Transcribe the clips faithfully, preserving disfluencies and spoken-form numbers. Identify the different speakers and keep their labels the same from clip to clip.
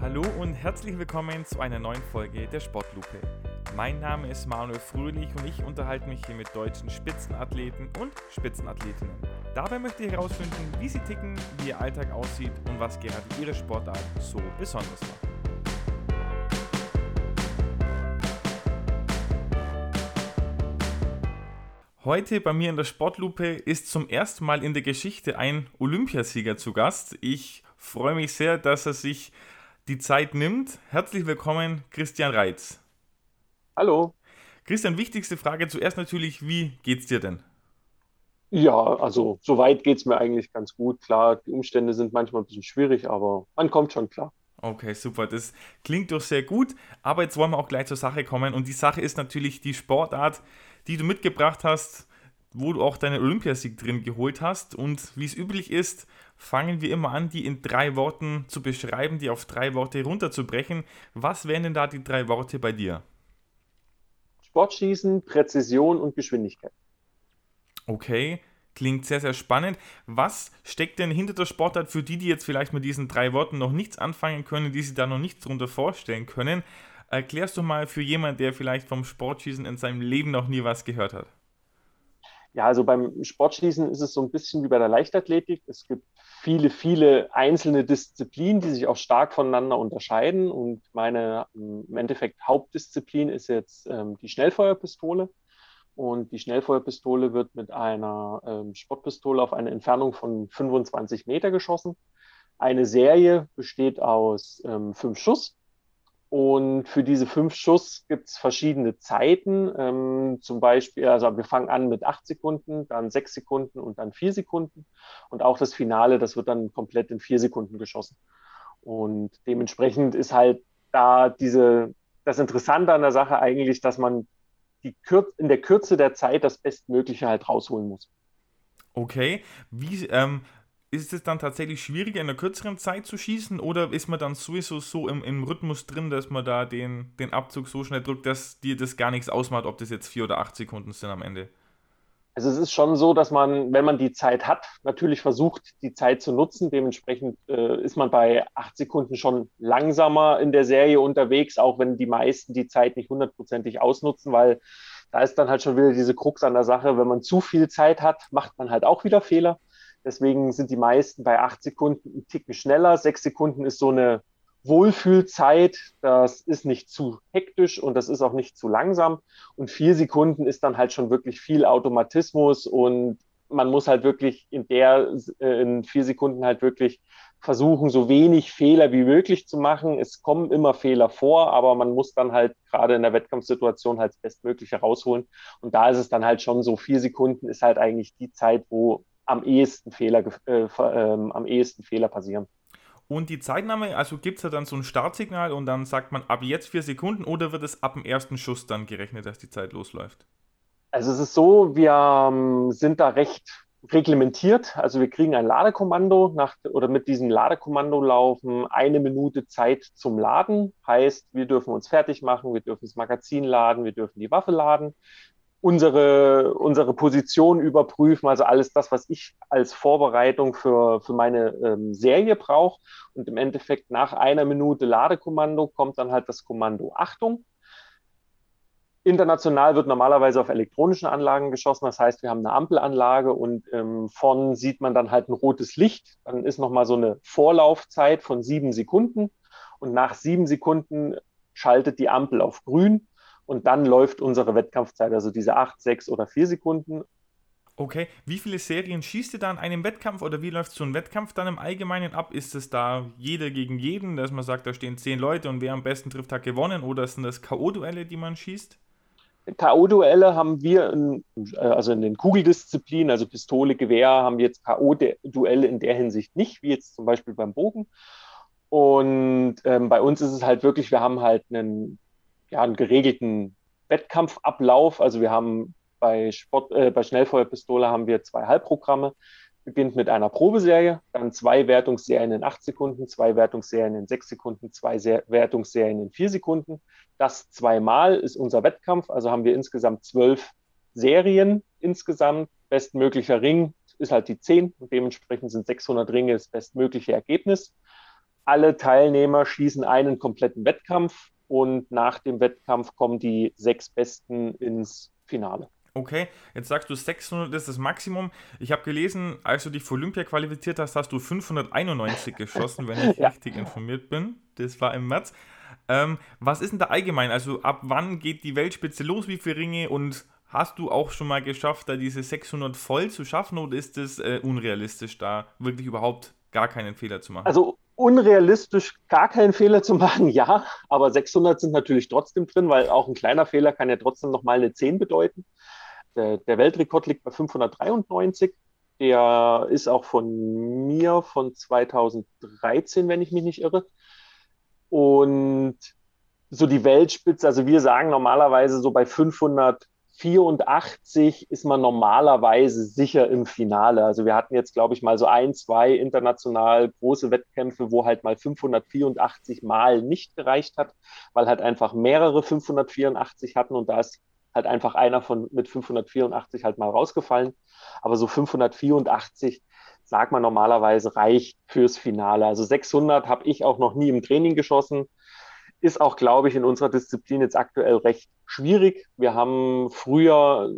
Speaker 1: Hallo und herzlich willkommen zu einer neuen Folge der Sportlupe. Mein Name ist Manuel Fröhlich und ich unterhalte mich hier mit deutschen Spitzenathleten und Spitzenathletinnen. Dabei möchte ich herausfinden, wie sie ticken, wie ihr Alltag aussieht und was gerade ihre Sportart so besonders macht. Heute bei mir in der Sportlupe ist zum ersten Mal in der Geschichte ein Olympiasieger zu Gast. Ich freue mich sehr, dass er sich die Zeit nimmt. Herzlich willkommen, Christian Reitz.
Speaker 2: Hallo.
Speaker 1: Christian, wichtigste Frage zuerst natürlich, wie geht's dir denn?
Speaker 2: Ja, also soweit geht es mir eigentlich ganz gut. Klar, die Umstände sind manchmal ein bisschen schwierig, aber man kommt schon klar.
Speaker 1: Okay, super, das klingt doch sehr gut, aber jetzt wollen wir auch gleich zur Sache kommen und die Sache ist natürlich die Sportart, die du mitgebracht hast, wo du auch deinen Olympiasieg drin geholt hast und wie es üblich ist, fangen wir immer an, die in drei Worten zu beschreiben, die auf drei Worte runterzubrechen. Was wären denn da die drei Worte bei dir?
Speaker 2: Sportschießen, Präzision und Geschwindigkeit.
Speaker 1: Okay, klingt sehr, sehr spannend. Was steckt denn hinter der Sportart für die, die jetzt vielleicht mit diesen drei Worten noch nichts anfangen können, die sich da noch nichts drunter vorstellen können? Erklärst du mal für jemanden, der vielleicht vom Sportschießen in seinem Leben noch nie was gehört hat.
Speaker 2: Ja, also beim Sportschießen ist es so ein bisschen wie bei der Leichtathletik. Es gibt viele, viele einzelne Disziplinen, die sich auch stark voneinander unterscheiden. Und meine ähm, im Endeffekt Hauptdisziplin ist jetzt ähm, die Schnellfeuerpistole. Und die Schnellfeuerpistole wird mit einer ähm, Sportpistole auf eine Entfernung von fünfundzwanzig Meter geschossen. Eine Serie besteht aus ähm, fünf Schuss. Und für diese fünf Schuss gibt es verschiedene Zeiten. Ähm, zum Beispiel, also wir fangen an mit acht Sekunden, dann sechs Sekunden und dann vier Sekunden. Und auch das Finale, das wird dann komplett in vier Sekunden geschossen. Und dementsprechend ist halt da diese, das Interessante an der Sache eigentlich, dass man die Kür in der Kürze der Zeit das Bestmögliche halt rausholen muss.
Speaker 1: Okay, wie ähm, ist es dann tatsächlich schwieriger in einer kürzeren Zeit zu schießen oder ist man dann sowieso so im, im Rhythmus drin, dass man da den, den Abzug so schnell drückt, dass dir das gar nichts ausmacht, ob das jetzt vier oder acht Sekunden sind am Ende?
Speaker 2: Also es ist schon so, dass man, wenn man die Zeit hat, natürlich versucht, die Zeit zu nutzen. Dementsprechend äh, ist man bei acht Sekunden schon langsamer in der Serie unterwegs, auch wenn die meisten die Zeit nicht hundertprozentig ausnutzen, weil da ist dann halt schon wieder diese Krux an der Sache. Wenn man zu viel Zeit hat, macht man halt auch wieder Fehler. Deswegen sind die meisten bei acht Sekunden einen Ticken schneller. Sechs Sekunden ist so eine Wohlfühlzeit. Das ist nicht zu hektisch und das ist auch nicht zu langsam. Und vier Sekunden ist dann halt schon wirklich viel Automatismus und man muss halt wirklich in der, äh, in vier Sekunden halt wirklich versuchen, so wenig Fehler wie möglich zu machen. Es kommen immer Fehler vor, aber man muss dann halt gerade in der Wettkampfsituation halt das Bestmögliche rausholen. Und da ist es dann halt schon so, vier Sekunden ist halt eigentlich die Zeit, wo am ehesten Fehler, äh, äh, am ehesten Fehler passieren.
Speaker 1: Und die Zeitnahme, also gibt es da dann so ein Startsignal und dann sagt man ab jetzt vier Sekunden oder wird es ab dem ersten Schuss dann gerechnet, dass die Zeit losläuft?
Speaker 2: Also es ist so, wir ähm, sind da recht reglementiert. Also wir kriegen ein Ladekommando nach, oder mit diesem Ladekommando laufen eine Minute Zeit zum Laden. Heißt, wir dürfen uns fertig machen, wir dürfen das Magazin laden, wir dürfen die Waffe laden, unsere, unsere Position überprüfen, also alles das, was ich als Vorbereitung für, für meine ähm, Serie brauche. Und im Endeffekt nach einer Minute Ladekommando kommt dann halt das Kommando Achtung. International wird normalerweise auf elektronischen Anlagen geschossen. Das heißt, wir haben eine Ampelanlage und ähm, vorn sieht man dann halt ein rotes Licht. Dann ist nochmal so eine Vorlaufzeit von sieben Sekunden. Und nach sieben Sekunden schaltet die Ampel auf grün und dann läuft unsere Wettkampfzeit, also diese acht, sechs oder vier Sekunden.
Speaker 1: Okay, wie viele Serien schießt ihr da in einem Wettkampf oder wie läuft so ein Wettkampf dann im Allgemeinen ab? Ist es da jeder gegen jeden, dass man sagt, da stehen zehn Leute und wer am besten trifft, hat gewonnen oder sind das K O-Duelle, die man schießt?
Speaker 2: K O-Duelle haben wir, in, also in den Kugeldisziplinen, also Pistole, Gewehr, haben wir jetzt K O-Duelle in der Hinsicht nicht, wie jetzt zum Beispiel beim Bogen. Und ähm, bei uns ist es halt wirklich, wir haben halt einen, ja, einen geregelten Wettkampfablauf. Also wir haben bei Sport, äh, bei Schnellfeuerpistole haben wir zwei Halbprogramme. Beginnt mit einer Probeserie, dann zwei Wertungsserien in acht Sekunden, zwei Wertungsserien in sechs Sekunden, zwei Ser Wertungsserien in vier Sekunden. Das zweimal ist unser Wettkampf. Also haben wir insgesamt zwölf Serien insgesamt. Bestmöglicher Ring ist halt die zehn und dementsprechend sind sechshundert Ringe das bestmögliche Ergebnis. alle Teilnehmer schießen einen kompletten Wettkampf und nach dem Wettkampf kommen die sechs Besten ins Finale.
Speaker 1: Okay, jetzt sagst du sechshundert ist das Maximum. Ich habe gelesen, als du dich für Olympia qualifiziert hast, hast du fünfhunderteinundneunzig geschossen, wenn ich
Speaker 2: Ja,
Speaker 1: richtig informiert bin. Das war im März. Ähm, was ist denn da allgemein? Also ab wann geht die Weltspitze los? Wie viele Ringe? Und hast du auch schon mal geschafft, da diese sechshundert voll zu schaffen? Oder ist es äh, unrealistisch, da wirklich überhaupt gar keinen Fehler zu machen?
Speaker 2: also unrealistisch gar keinen Fehler zu machen, ja, aber sechshundert sind natürlich trotzdem drin, weil auch ein kleiner Fehler kann ja trotzdem nochmal eine zehn bedeuten. Der, der Weltrekord liegt bei fünfhundertdreiundneunzig. Der ist auch von mir von zweitausenddreizehn, wenn ich mich nicht irre. Und so die Weltspitze, also wir sagen normalerweise so bei fünfhundertvierundachtzig ist man normalerweise sicher im Finale. Also wir hatten jetzt, glaube ich, mal so ein, zwei international große Wettkämpfe, wo halt mal fünfhundertvierundachtzig Mal nicht gereicht hat, weil halt einfach mehrere fünfhundertvierundachtzig hatten und da ist halt einfach einer von mit fünfhundertvierundachtzig halt mal rausgefallen. Aber so fünfhundertvierundachtzig, sagt man normalerweise, reicht fürs Finale. Also sechshundert habe ich auch noch nie im Training geschossen. Ist auch, glaube ich, in unserer Disziplin jetzt aktuell recht schwierig. Wir haben früher,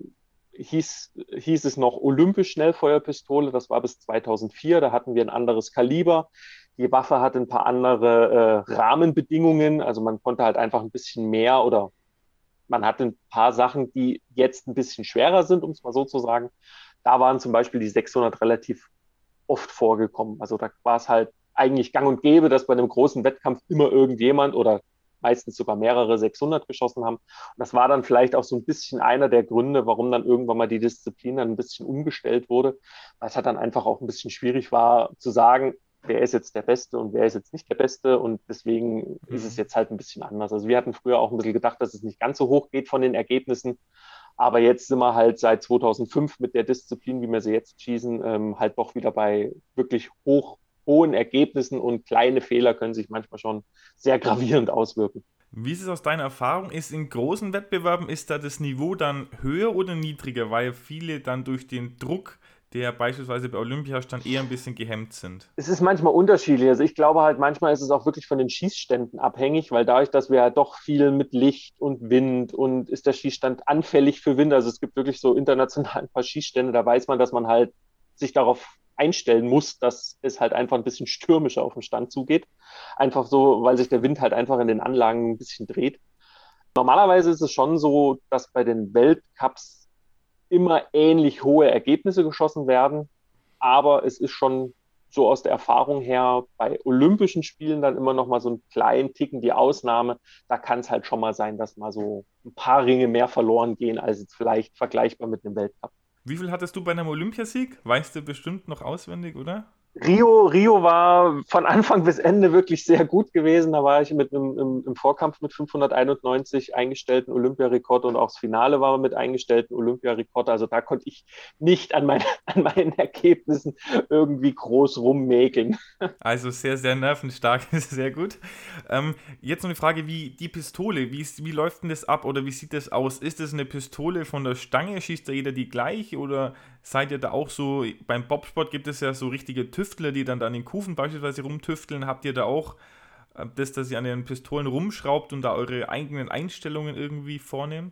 Speaker 2: hieß, hieß es noch olympisch Schnellfeuerpistole, das war bis zweitausendvier, da hatten wir ein anderes Kaliber. Die Waffe hatte ein paar andere äh, Rahmenbedingungen, also man konnte halt einfach ein bisschen mehr oder man hatte ein paar Sachen, die jetzt ein bisschen schwerer sind, um es mal so zu sagen. Da waren zum Beispiel die sechshundert relativ oft vorgekommen. Also da war es halt eigentlich gang und gäbe, dass bei einem großen Wettkampf immer irgendjemand oder meistens sogar mehrere sechshundert geschossen haben. Und das war dann vielleicht auch so ein bisschen einer der Gründe, warum dann irgendwann mal die Disziplin dann ein bisschen umgestellt wurde, weil es halt dann einfach auch ein bisschen schwierig war zu sagen, wer ist jetzt der Beste und wer ist jetzt nicht der Beste und deswegen ist es
Speaker 1: Mhm.
Speaker 2: jetzt halt ein bisschen anders. Also wir hatten früher auch ein bisschen gedacht, dass es nicht ganz so hoch geht von den Ergebnissen, aber jetzt sind wir halt seit zweitausendfünf mit der Disziplin, wie wir sie jetzt schießen, ähm, halt doch wieder bei wirklich hoch, hohen Ergebnissen und kleine Fehler können sich manchmal schon sehr gravierend auswirken.
Speaker 1: Wie ist es aus deiner Erfahrung? Ist in großen Wettbewerben, ist da das Niveau dann höher oder niedriger, weil viele dann durch den Druck, der beispielsweise bei Olympia stand, eher ein bisschen gehemmt sind?
Speaker 2: Es ist manchmal unterschiedlich. Also ich glaube halt, manchmal ist es auch wirklich von den Schießständen abhängig, weil dadurch, dass wir ja doch viel mit Licht und Wind und ist der Schießstand anfällig für Wind. Also es gibt wirklich so international ein paar Schießstände, da weiß man, dass man halt sich darauf einstellen muss, dass es halt einfach ein bisschen stürmischer auf den Stand zugeht. Einfach so, weil sich der Wind halt einfach in den Anlagen ein bisschen dreht. Normalerweise ist es schon so, dass bei den Weltcups immer ähnlich hohe Ergebnisse geschossen werden, aber es ist schon so aus der Erfahrung her bei Olympischen Spielen dann immer noch mal so einen kleinen Ticken die Ausnahme. Da kann es halt schon mal sein, dass mal so ein paar Ringe mehr verloren gehen, als jetzt vielleicht vergleichbar mit einem Weltcup.
Speaker 1: Wie viel hattest du bei einem Olympiasieg? Weißt du bestimmt noch auswendig, oder?
Speaker 2: Rio, Rio war von Anfang bis Ende wirklich sehr gut gewesen. Da war ich mit einem, im, im Vorkampf mit fünfhunderteinundneunzig eingestellten Olympiarekord und auch das Finale war mit eingestellten Olympiarekord. Also da konnte ich nicht an, meine, an meinen Ergebnissen irgendwie groß rummäkeln.
Speaker 1: Also sehr, sehr nervenstark, sehr gut. Ähm, jetzt noch eine Frage, wie die Pistole, wie, ist, wie läuft denn das ab oder wie sieht das aus? Ist das eine Pistole von der Stange, schießt da jeder die gleich oder seid ihr da auch so, beim Bobsport gibt es ja so richtige Tüftler, die dann da an den Kufen beispielsweise rumtüfteln, habt ihr da auch äh, das, dass ihr an den Pistolen rumschraubt und da eure eigenen Einstellungen irgendwie vornehmt?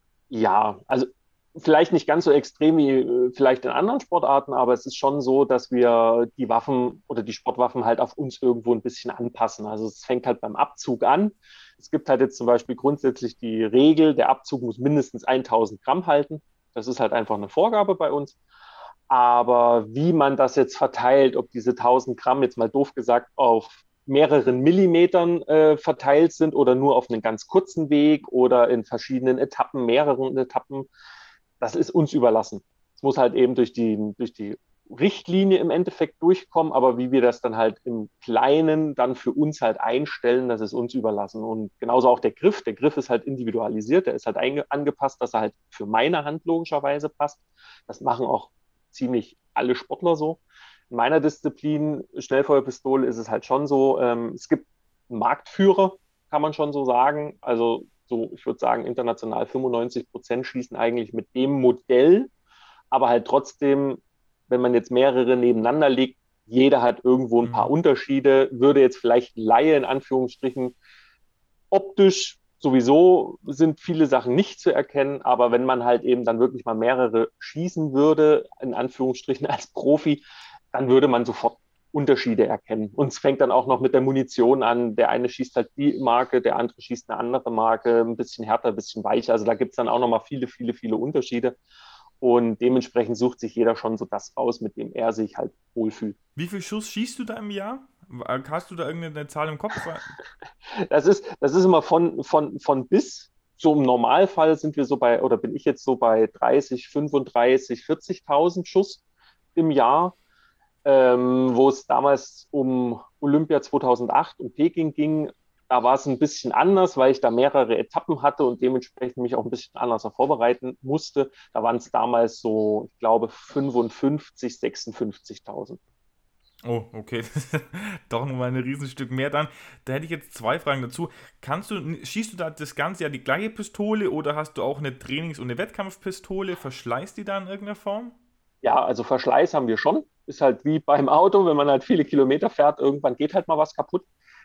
Speaker 2: Ja, also vielleicht nicht ganz so extrem wie äh, vielleicht in anderen Sportarten, aber es ist schon so, dass wir die Waffen oder die Sportwaffen halt auf uns irgendwo ein bisschen anpassen. Also es fängt halt beim Abzug an. Es gibt halt jetzt zum Beispiel grundsätzlich die Regel, der Abzug muss mindestens tausend Gramm halten. Das ist halt einfach eine Vorgabe bei uns. Aber wie man das jetzt verteilt, ob diese tausend Gramm jetzt mal doof gesagt auf mehreren Millimetern äh, verteilt sind oder nur auf einen ganz kurzen Weg oder in verschiedenen Etappen, mehreren Etappen, das ist uns überlassen. Es muss halt eben durch die, durch die Richtlinie im Endeffekt durchkommen, aber wie wir das dann halt im Kleinen dann für uns halt einstellen, das ist uns überlassen. Und genauso auch der Griff. Der Griff ist halt individualisiert, der ist halt angepasst, dass er halt für meine Hand logischerweise passt. Das machen auch ziemlich alle Sportler so. In meiner Disziplin, Schnellfeuerpistole, ist es halt schon so, ähm, es gibt einen Marktführer, kann man schon so sagen. Also so, ich würde sagen, international fünfundneunzig Prozent schießen eigentlich mit dem Modell, aber halt trotzdem, wenn man jetzt mehrere nebeneinander legt, jeder hat irgendwo ein paar
Speaker 1: Mhm.
Speaker 2: Unterschiede, würde jetzt vielleicht ein Laie in Anführungsstrichen optisch sowieso sind viele Sachen nicht zu erkennen, aber wenn man halt eben dann wirklich mal mehrere schießen würde, in Anführungsstrichen als Profi, dann würde man sofort Unterschiede erkennen. Und es fängt dann auch noch mit der Munition an. Der eine schießt halt die Marke, der andere schießt eine andere Marke, ein bisschen härter, ein bisschen weicher. Also da gibt es dann auch nochmal viele, viele, viele Unterschiede. Und dementsprechend sucht sich jeder schon so das raus, mit dem er sich halt wohlfühlt.
Speaker 1: Wie viel Schuss schießt du da im Jahr? Hast du da irgendeine Zahl im Kopf?
Speaker 2: Das ist, das ist immer von, von, von bis. So im Normalfall sind wir so bei, oder bin ich jetzt so bei dreißig, fünfunddreißig, vierzigtausend Schuss im Jahr, ähm, wo es damals um Olympia zweitausendacht und Peking ging. Da war es ein bisschen anders, weil ich da mehrere Etappen hatte und dementsprechend mich auch ein bisschen anders vorbereiten musste. Da waren es damals so, ich glaube, fünfundfünfzig, sechsundfünfzigtausend.
Speaker 1: Oh, okay. Doch nochmal ein Riesenstück mehr dann. Da hätte ich jetzt zwei Fragen dazu. Kannst du, schießt du da das ganze Jahr die gleiche Pistole oder hast du auch eine Trainings- und eine Wettkampfpistole? Verschleißt die da in irgendeiner Form?
Speaker 2: Ja, also Verschleiß haben wir schon. Ist halt wie beim Auto, wenn man halt viele Kilometer fährt, irgendwann geht halt mal was kaputt.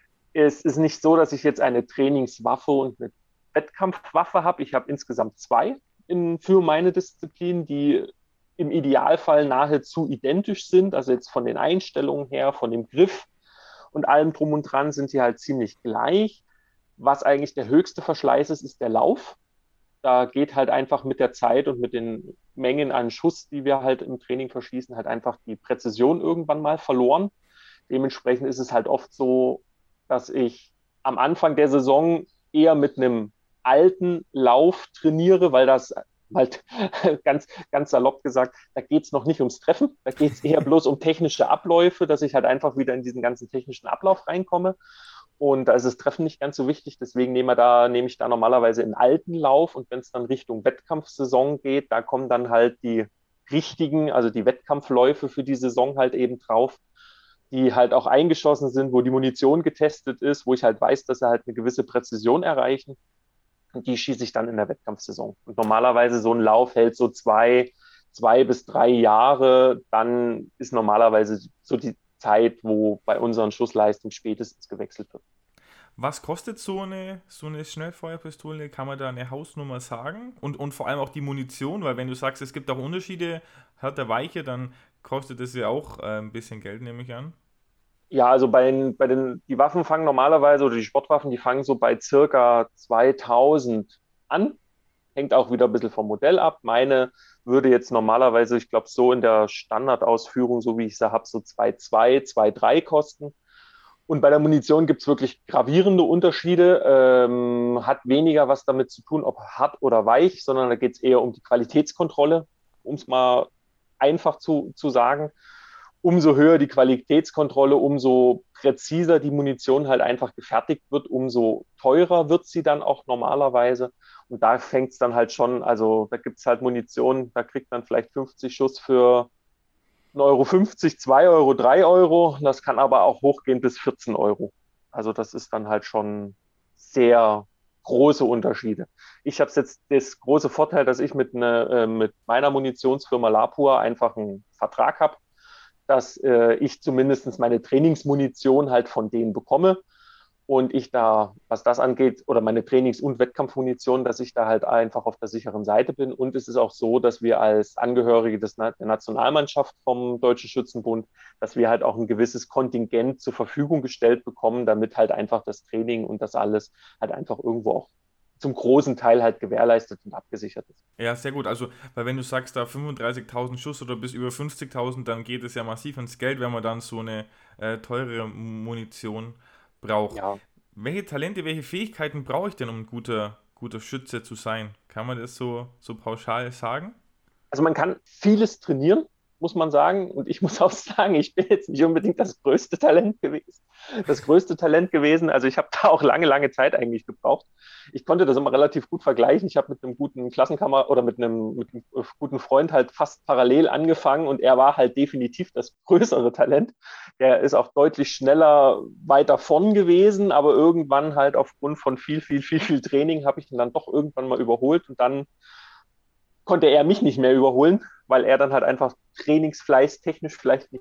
Speaker 2: Es ist nicht so, dass ich jetzt eine Trainingswaffe und eine Wettkampfwaffe habe. Ich habe insgesamt zwei in, für meine Disziplin, die im Idealfall nahezu identisch sind. Also jetzt von den Einstellungen her, von dem Griff und allem drum und dran sind die halt ziemlich gleich. Was eigentlich der höchste Verschleiß ist, ist der Lauf. Da geht halt einfach mit der Zeit und mit den Mengen an Schuss, die wir halt im Training verschießen, halt einfach die Präzision irgendwann mal verloren. Dementsprechend ist es halt oft so, dass ich am Anfang der Saison eher mit einem alten Lauf trainiere, weil das halt ganz, ganz salopp gesagt, da geht es noch nicht ums Treffen, da geht es eher bloß um technische Abläufe, dass ich halt einfach wieder in diesen ganzen technischen Ablauf reinkomme. Und da ist das Treffen nicht ganz so wichtig, deswegen nehme, da, nehme ich da normalerweise einen alten Lauf und wenn es dann Richtung Wettkampfsaison geht, da kommen dann halt die richtigen, also die Wettkampfläufe für die Saison halt eben drauf, die halt auch eingeschossen sind, wo die Munition getestet ist, wo ich halt weiß, dass sie halt eine gewisse Präzision erreichen. Und die schieße ich dann in der Wettkampfsaison. Und normalerweise so ein Lauf hält so zwei, zwei bis drei Jahre. Dann ist normalerweise so die Zeit, wo bei unseren Schussleistungen spätestens gewechselt wird.
Speaker 1: Was kostet so eine, so eine Schnellfeuerpistole? Kann man da eine Hausnummer sagen? Und, und vor allem auch die Munition, weil wenn du sagst, es gibt auch Unterschiede, härter, weiche, dann kostet das ja auch äh, ein bisschen Geld, nehme ich an.
Speaker 2: Ja, also bei den, bei den, die Waffen fangen normalerweise, oder die Sportwaffen, die fangen so bei circa zweitausend an. Hängt auch wieder ein bisschen vom Modell ab. Meine würde jetzt normalerweise, ich glaube, so in der Standardausführung, so wie ich sie habe, so zwei Komma zwei, zwei Komma drei kosten. Und bei der Munition gibt es wirklich gravierende Unterschiede. Ähm, hat weniger was damit zu tun, ob hart oder weich, sondern da geht es eher um die Qualitätskontrolle, um es mal einfach zu, zu sagen. Umso höher die Qualitätskontrolle, umso präziser die Munition halt einfach gefertigt wird, umso teurer wird sie dann auch normalerweise. Und da fängt es dann halt schon, also da gibt es halt Munition, da kriegt man vielleicht fünfzig Schuss für ein Euro fünfzig, zwei Euro, drei Euro. Das kann aber auch hochgehen bis vierzehn Euro. Also das ist dann halt schon sehr große Unterschiede. Ich habe jetzt das große Vorteil, dass ich mit, ne, äh, mit meiner Munitionsfirma Lapua einfach einen Vertrag habe, dass äh, ich zumindest meine Trainingsmunition halt von denen bekomme und ich da, was das angeht, oder meine Trainings- und Wettkampfmunition, dass ich da halt einfach auf der sicheren Seite bin. Und es ist auch so, dass wir als Angehörige des, der Nationalmannschaft vom Deutschen Schützenbund, dass wir halt auch ein gewisses Kontingent zur Verfügung gestellt bekommen, damit halt einfach das Training und das alles halt einfach irgendwo auch zum großen Teil halt gewährleistet und abgesichert ist.
Speaker 1: Ja, sehr gut. Also, weil wenn du sagst, da fünfunddreißigtausend Schuss oder bis über fünfzigtausend, dann geht es ja massiv ins Geld, wenn man dann so eine äh, teure Munition braucht.
Speaker 2: Ja,
Speaker 1: Welche Talente, welche Fähigkeiten brauche ich denn, um ein guter, guter Schütze zu sein? Kann man das so, so pauschal sagen?
Speaker 2: also man kann vieles trainieren, muss man sagen. Und ich muss auch sagen, ich bin jetzt nicht unbedingt das größte Talent gewesen. Das größte Talent gewesen. Also ich habe da auch lange, lange Zeit eigentlich gebraucht. Ich konnte das immer relativ gut vergleichen. Ich habe mit einem guten Klassenkammer oder mit einem, mit einem guten Freund halt fast parallel angefangen und er war halt definitiv das größere Talent. Der ist auch deutlich schneller weiter vorn gewesen, aber irgendwann halt aufgrund von viel, viel, viel, viel Training habe ich ihn dann doch irgendwann mal überholt und dann konnte er mich nicht mehr überholen, weil er dann halt einfach trainingsfleiß technisch vielleicht nicht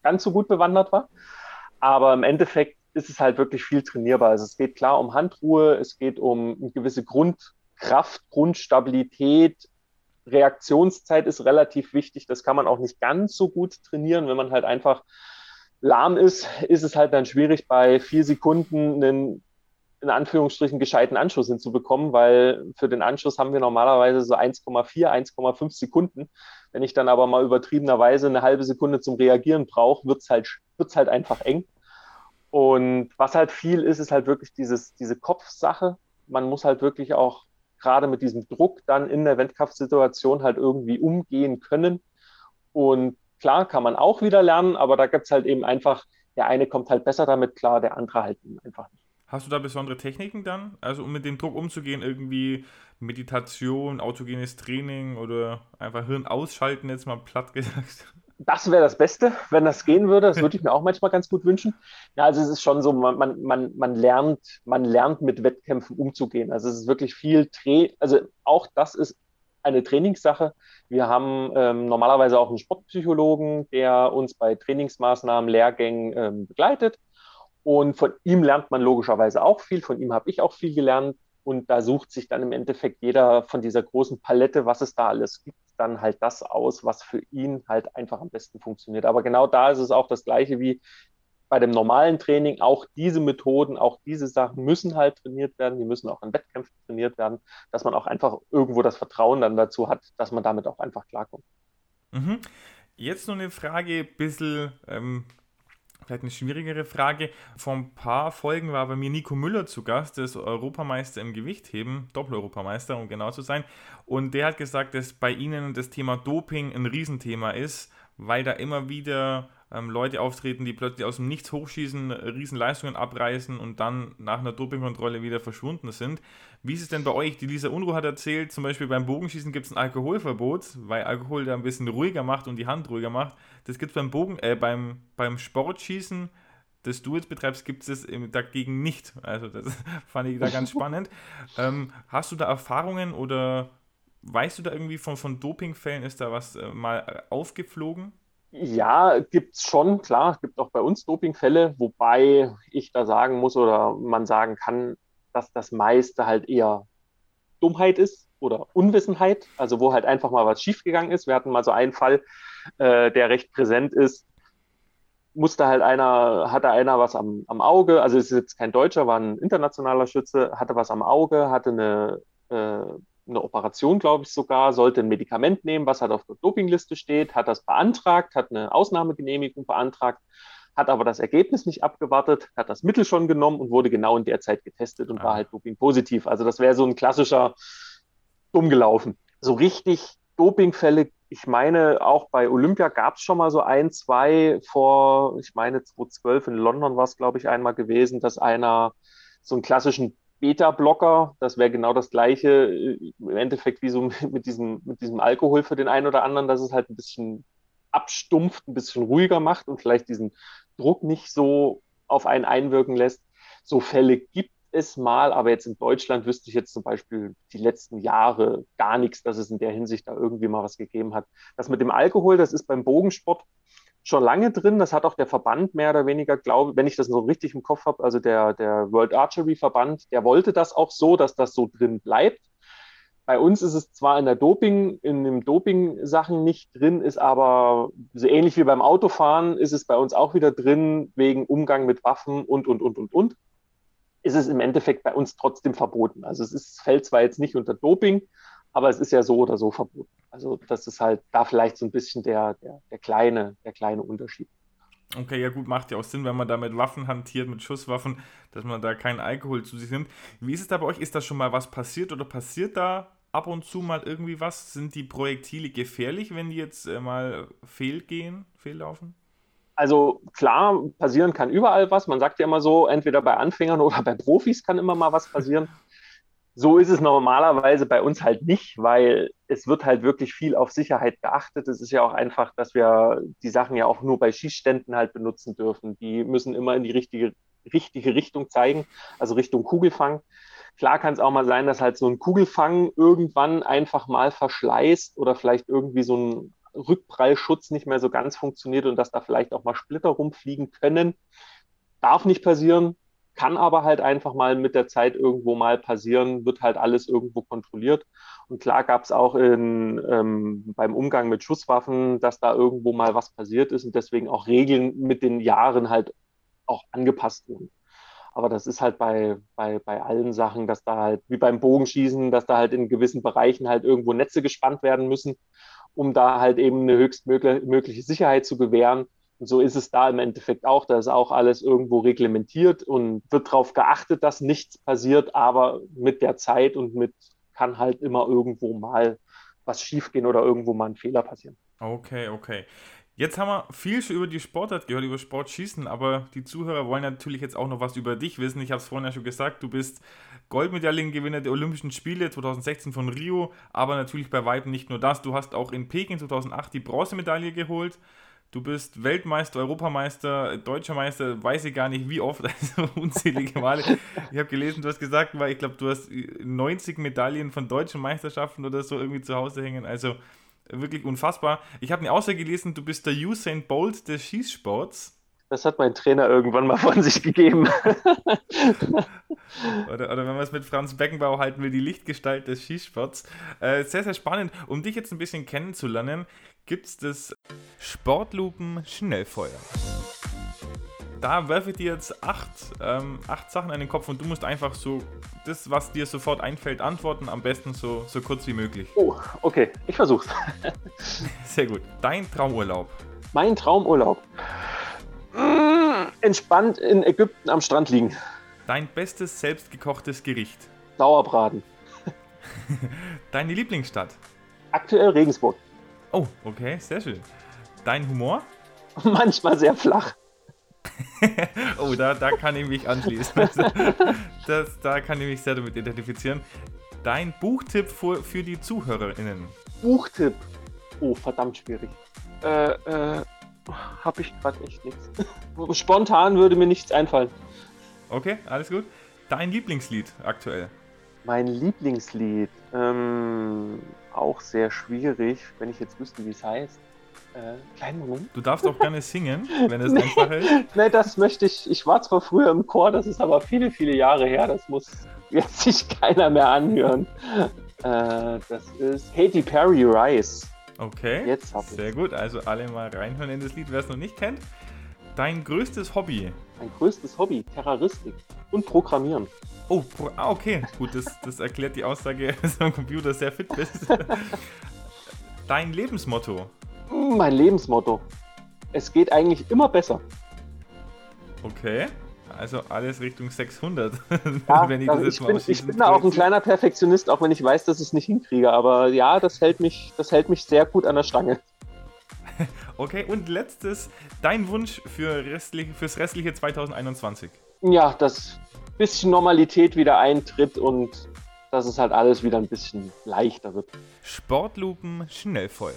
Speaker 2: ganz so gut bewandert war. Aber im Endeffekt ist es halt wirklich viel trainierbar. Also es geht klar um Handruhe, es geht um eine gewisse Grundkraft, Grundstabilität. Reaktionszeit ist relativ wichtig. Das kann man auch nicht ganz so gut trainieren. Wenn man halt einfach lahm ist, ist es halt dann schwierig, bei vier Sekunden einen in Anführungsstrichen gescheiten Anschluss hinzubekommen, weil für den Anschluss haben wir normalerweise so eins Komma vier, eins Komma fünf Sekunden. Wenn ich dann aber mal übertriebenerweise eine halbe Sekunde zum Reagieren brauche, wird es halt, wird's halt einfach eng. Und was halt viel ist, ist halt wirklich dieses, diese Kopfsache. Man muss halt wirklich auch gerade mit diesem Druck dann in der Wettkampfsituation halt irgendwie umgehen können. Und klar, kann man auch wieder lernen, aber da gibt es halt eben einfach, der eine kommt halt besser damit klar, der andere halt einfach nicht.
Speaker 1: Hast du da besondere Techniken dann? Also um mit dem Druck umzugehen, irgendwie Meditation, autogenes Training oder einfach Hirn ausschalten, jetzt mal platt gesagt.
Speaker 2: Das wäre das Beste, wenn das gehen würde. Das würde ich mir auch manchmal ganz gut wünschen. Ja, also es ist schon so, man, man, man, lernt, man lernt mit Wettkämpfen umzugehen. Also es ist wirklich viel Tra also auch das ist eine Trainingssache. Wir haben ähm, normalerweise auch einen Sportpsychologen, der uns bei Trainingsmaßnahmen, Lehrgängen ähm, begleitet. Und von ihm lernt man logischerweise auch viel. Von ihm habe ich auch viel gelernt. Und da sucht sich dann im Endeffekt jeder von dieser großen Palette, was es da alles gibt, dann halt das aus, was für ihn halt einfach am besten funktioniert. Aber genau da ist es auch das Gleiche wie bei dem normalen Training. Auch diese Methoden, auch diese Sachen müssen halt trainiert werden. Die müssen auch in Wettkämpfen trainiert werden, dass man auch einfach irgendwo das Vertrauen dann dazu hat, dass man damit auch einfach klarkommt.
Speaker 1: Mhm. Jetzt noch eine Frage, ein bisschen, ähm, vielleicht eine schwierigere Frage. Vor ein paar Folgen war bei mir Nico Müller zu Gast, der ist Europameister im Gewichtheben, Doppel-Europameister, um genau zu sein. Und der hat gesagt, dass bei ihnen das Thema Doping ein Riesenthema ist, weil da immer wieder ähm, Leute auftreten, die plötzlich aus dem Nichts hochschießen, Riesenleistungen abreißen und dann nach einer Dopingkontrolle wieder verschwunden sind. Wie ist es denn bei euch? Die Lisa Unruh hat erzählt, zum Beispiel beim Bogenschießen gibt es ein Alkoholverbot, weil Alkohol da ein bisschen ruhiger macht und die Hand ruhiger macht. Das gibt es beim Bogen, äh, beim, beim Sportschießen, das du jetzt betreibst, gibt es dagegen nicht. Also das fand ich da ganz spannend. Ähm, hast du da Erfahrungen oder weißt du da irgendwie von, von Dopingfällen, ist da was äh, mal aufgeflogen?
Speaker 2: Ja, gibt's schon, klar, es gibt auch bei uns Dopingfälle, wobei ich da sagen muss oder man sagen kann, dass das meiste halt eher Dummheit ist oder Unwissenheit, also wo halt einfach mal was schiefgegangen ist. Wir hatten mal so einen Fall, äh, der recht präsent ist. Musste halt einer, hatte einer was am, am Auge, also es ist jetzt kein Deutscher, war ein internationaler Schütze, hatte was am Auge, hatte eine, äh, eine Operation, glaube ich sogar, sollte ein Medikament nehmen, was halt auf der Dopingliste steht, hat das beantragt, hat eine Ausnahmegenehmigung beantragt, hat aber das Ergebnis nicht abgewartet, hat das Mittel schon genommen und wurde genau in der Zeit getestet und war
Speaker 1: Ah.
Speaker 2: halt dopingpositiv. Also das wäre so ein klassischer dumm gelaufen. So richtig Dopingfälle, ich meine, auch bei Olympia gab es schon mal so ein, zwei vor, ich meine, zweitausendzwölf in London war es, glaube ich, einmal gewesen, dass einer so einen klassischen Beta-Blocker, das wäre genau das gleiche äh, im Endeffekt wie so mit diesem, mit diesem Alkohol für den einen oder anderen, dass es halt ein bisschen abstumpft, ein bisschen ruhiger macht und vielleicht diesen Druck nicht so auf einen einwirken lässt. So Fälle gibt es mal, aber jetzt in Deutschland wüsste ich jetzt zum Beispiel die letzten Jahre gar nichts, dass es in der Hinsicht da irgendwie mal was gegeben hat. Das mit dem Alkohol, das ist beim Bogensport schon lange drin. Das hat auch der Verband mehr oder weniger, glaube wenn ich das so richtig im Kopf habe, also der, der World Archery Verband, der wollte das auch so, dass das so drin bleibt. Bei uns ist es zwar in der Doping, in den Doping-Sachen nicht drin, ist aber so ähnlich wie beim Autofahren, ist es bei uns auch wieder drin, wegen Umgang mit Waffen und, und, und, und, und. Ist es im Endeffekt bei uns trotzdem verboten. Also es ist, fällt zwar jetzt nicht unter Doping, aber es ist ja so oder so verboten. Also das ist halt da vielleicht so ein bisschen der, der, der, kleine, der kleine Unterschied.
Speaker 1: Okay, ja gut, macht ja auch Sinn, wenn man da mit Waffen hantiert, mit Schusswaffen, dass man da keinen Alkohol zu sich nimmt. Wie ist es da bei euch? Ist da schon mal was passiert oder passiert da ab und zu mal irgendwie was? Sind die Projektile gefährlich, wenn die jetzt äh, mal fehlgehen, fehllaufen?
Speaker 2: Also klar, passieren kann überall was. Man sagt ja immer so, entweder bei Anfängern oder bei Profis kann immer mal was passieren. So ist es normalerweise bei uns halt nicht, weil es wird halt wirklich viel auf Sicherheit geachtet. Es ist ja auch einfach, dass wir die Sachen ja auch nur bei Schießständen halt benutzen dürfen. Die müssen immer in die richtige, richtige Richtung zeigen, also Richtung Kugelfang. Klar kann es auch mal sein, dass halt so ein Kugelfang irgendwann einfach mal verschleißt oder vielleicht irgendwie so ein Rückprallschutz nicht mehr so ganz funktioniert und dass da vielleicht auch mal Splitter rumfliegen können. Darf nicht passieren, kann aber halt einfach mal mit der Zeit irgendwo mal passieren, wird halt alles irgendwo kontrolliert. Und klar gab es auch in, ähm, beim Umgang mit Schusswaffen, dass da irgendwo mal was passiert ist und deswegen auch Regeln mit den Jahren halt auch angepasst wurden. Aber das ist halt bei, bei, bei allen Sachen, dass da halt, wie beim Bogenschießen, dass da halt in gewissen Bereichen halt irgendwo Netze gespannt werden müssen, um da halt eben eine höchstmögliche Sicherheit zu gewähren. Und so ist es da im Endeffekt auch. Da ist auch alles irgendwo reglementiert und wird darauf geachtet, dass nichts passiert, aber mit der Zeit und mit kann halt immer irgendwo mal was schiefgehen oder irgendwo mal ein Fehler passieren.
Speaker 1: Okay, okay. Jetzt haben wir viel schon über die Sportart gehört, über Sportschießen, aber die Zuhörer wollen natürlich jetzt auch noch was über dich wissen. Ich habe es vorhin ja schon gesagt, du bist Goldmedaillengewinner der Olympischen Spiele zwanzig sechzehn von Rio, aber natürlich bei weitem nicht nur das. Du hast auch in Peking zweitausendacht die Bronzemedaille geholt. Du bist Weltmeister, Europameister, Deutscher Meister, weiß ich gar nicht wie oft, also unzählige Male. Ich habe gelesen, du hast gesagt, weil ich glaube, du hast neunzig Medaillen von deutschen Meisterschaften oder so irgendwie zu Hause hängen. Also wirklich unfassbar. Ich habe eine Aussage gelesen, du bist der Usain Bolt des Schießsports.
Speaker 2: Das hat mein Trainer irgendwann mal von sich gegeben.
Speaker 1: Oder, oder wenn man es mit Franz Beckenbauer halten will, die Lichtgestalt des Schießsports. Äh, sehr, sehr spannend. Um dich jetzt ein bisschen kennenzulernen, gibt es das Sportlupen-Schnellfeuer. Da werfe ich dir jetzt acht, ähm, acht Sachen an den Kopf und du musst einfach so das, was dir sofort einfällt, antworten. Am besten so, so kurz wie möglich.
Speaker 2: Oh, okay, ich versuch's.
Speaker 1: Sehr gut. Dein Traumurlaub.
Speaker 2: Mein Traumurlaub. Mmh, entspannt in Ägypten am Strand liegen.
Speaker 1: Dein bestes selbstgekochtes Gericht.
Speaker 2: Sauerbraten.
Speaker 1: Deine Lieblingsstadt.
Speaker 2: Aktuell Regensburg.
Speaker 1: Oh, okay, sehr schön. Dein Humor?
Speaker 2: Manchmal sehr flach.
Speaker 1: Oh, da, da kann ich mich anschließen. Also, das, da kann ich mich sehr damit identifizieren. Dein Buchtipp für, für die ZuhörerInnen?
Speaker 2: Buchtipp? Oh, verdammt schwierig. Äh, äh, hab ich gerade echt nichts. Spontan würde mir nichts einfallen.
Speaker 1: Okay, alles gut. Dein Lieblingslied aktuell?
Speaker 2: Mein Lieblingslied? Ähm, auch sehr schwierig, wenn ich jetzt wüsste, wie es heißt. Äh, kleinen Moment.
Speaker 1: Du darfst auch gerne singen, wenn es
Speaker 2: nee,
Speaker 1: einfach ist.
Speaker 2: Nee, das möchte ich. Ich war zwar früher im Chor, das ist aber viele, viele Jahre her. Das muss jetzt sich keiner mehr anhören. Äh, das ist Katy Perry Rise.
Speaker 1: Okay,
Speaker 2: jetzt hab
Speaker 1: sehr gut. Also alle mal reinhören in das Lied, wer es noch nicht kennt. Dein größtes Hobby?
Speaker 2: Mein größtes Hobby, Terroristik und Programmieren.
Speaker 1: Oh, pro, ah, okay. Gut, das, das erklärt die Aussage, dass du am Computer sehr fit bist. Dein Lebensmotto?
Speaker 2: Mein Lebensmotto. Es geht eigentlich immer besser.
Speaker 1: Okay, also alles Richtung sechshundert.
Speaker 2: Ja,
Speaker 1: wenn ich
Speaker 2: also
Speaker 1: das
Speaker 2: ich,
Speaker 1: jetzt
Speaker 2: bin,
Speaker 1: mal
Speaker 2: ich bin da auch ein kleiner Perfektionist, auch wenn ich weiß, dass ich es nicht hinkriege. Aber ja, das hält mich, das hält mich sehr gut an der Stange.
Speaker 1: Okay, und letztes, dein Wunsch für restlich, fürs restliche zwanzig einundzwanzig?
Speaker 2: Ja, dass ein bisschen Normalität wieder eintritt und dass es halt alles wieder ein bisschen leichter wird.
Speaker 1: Sportlupen Schnellfeuer.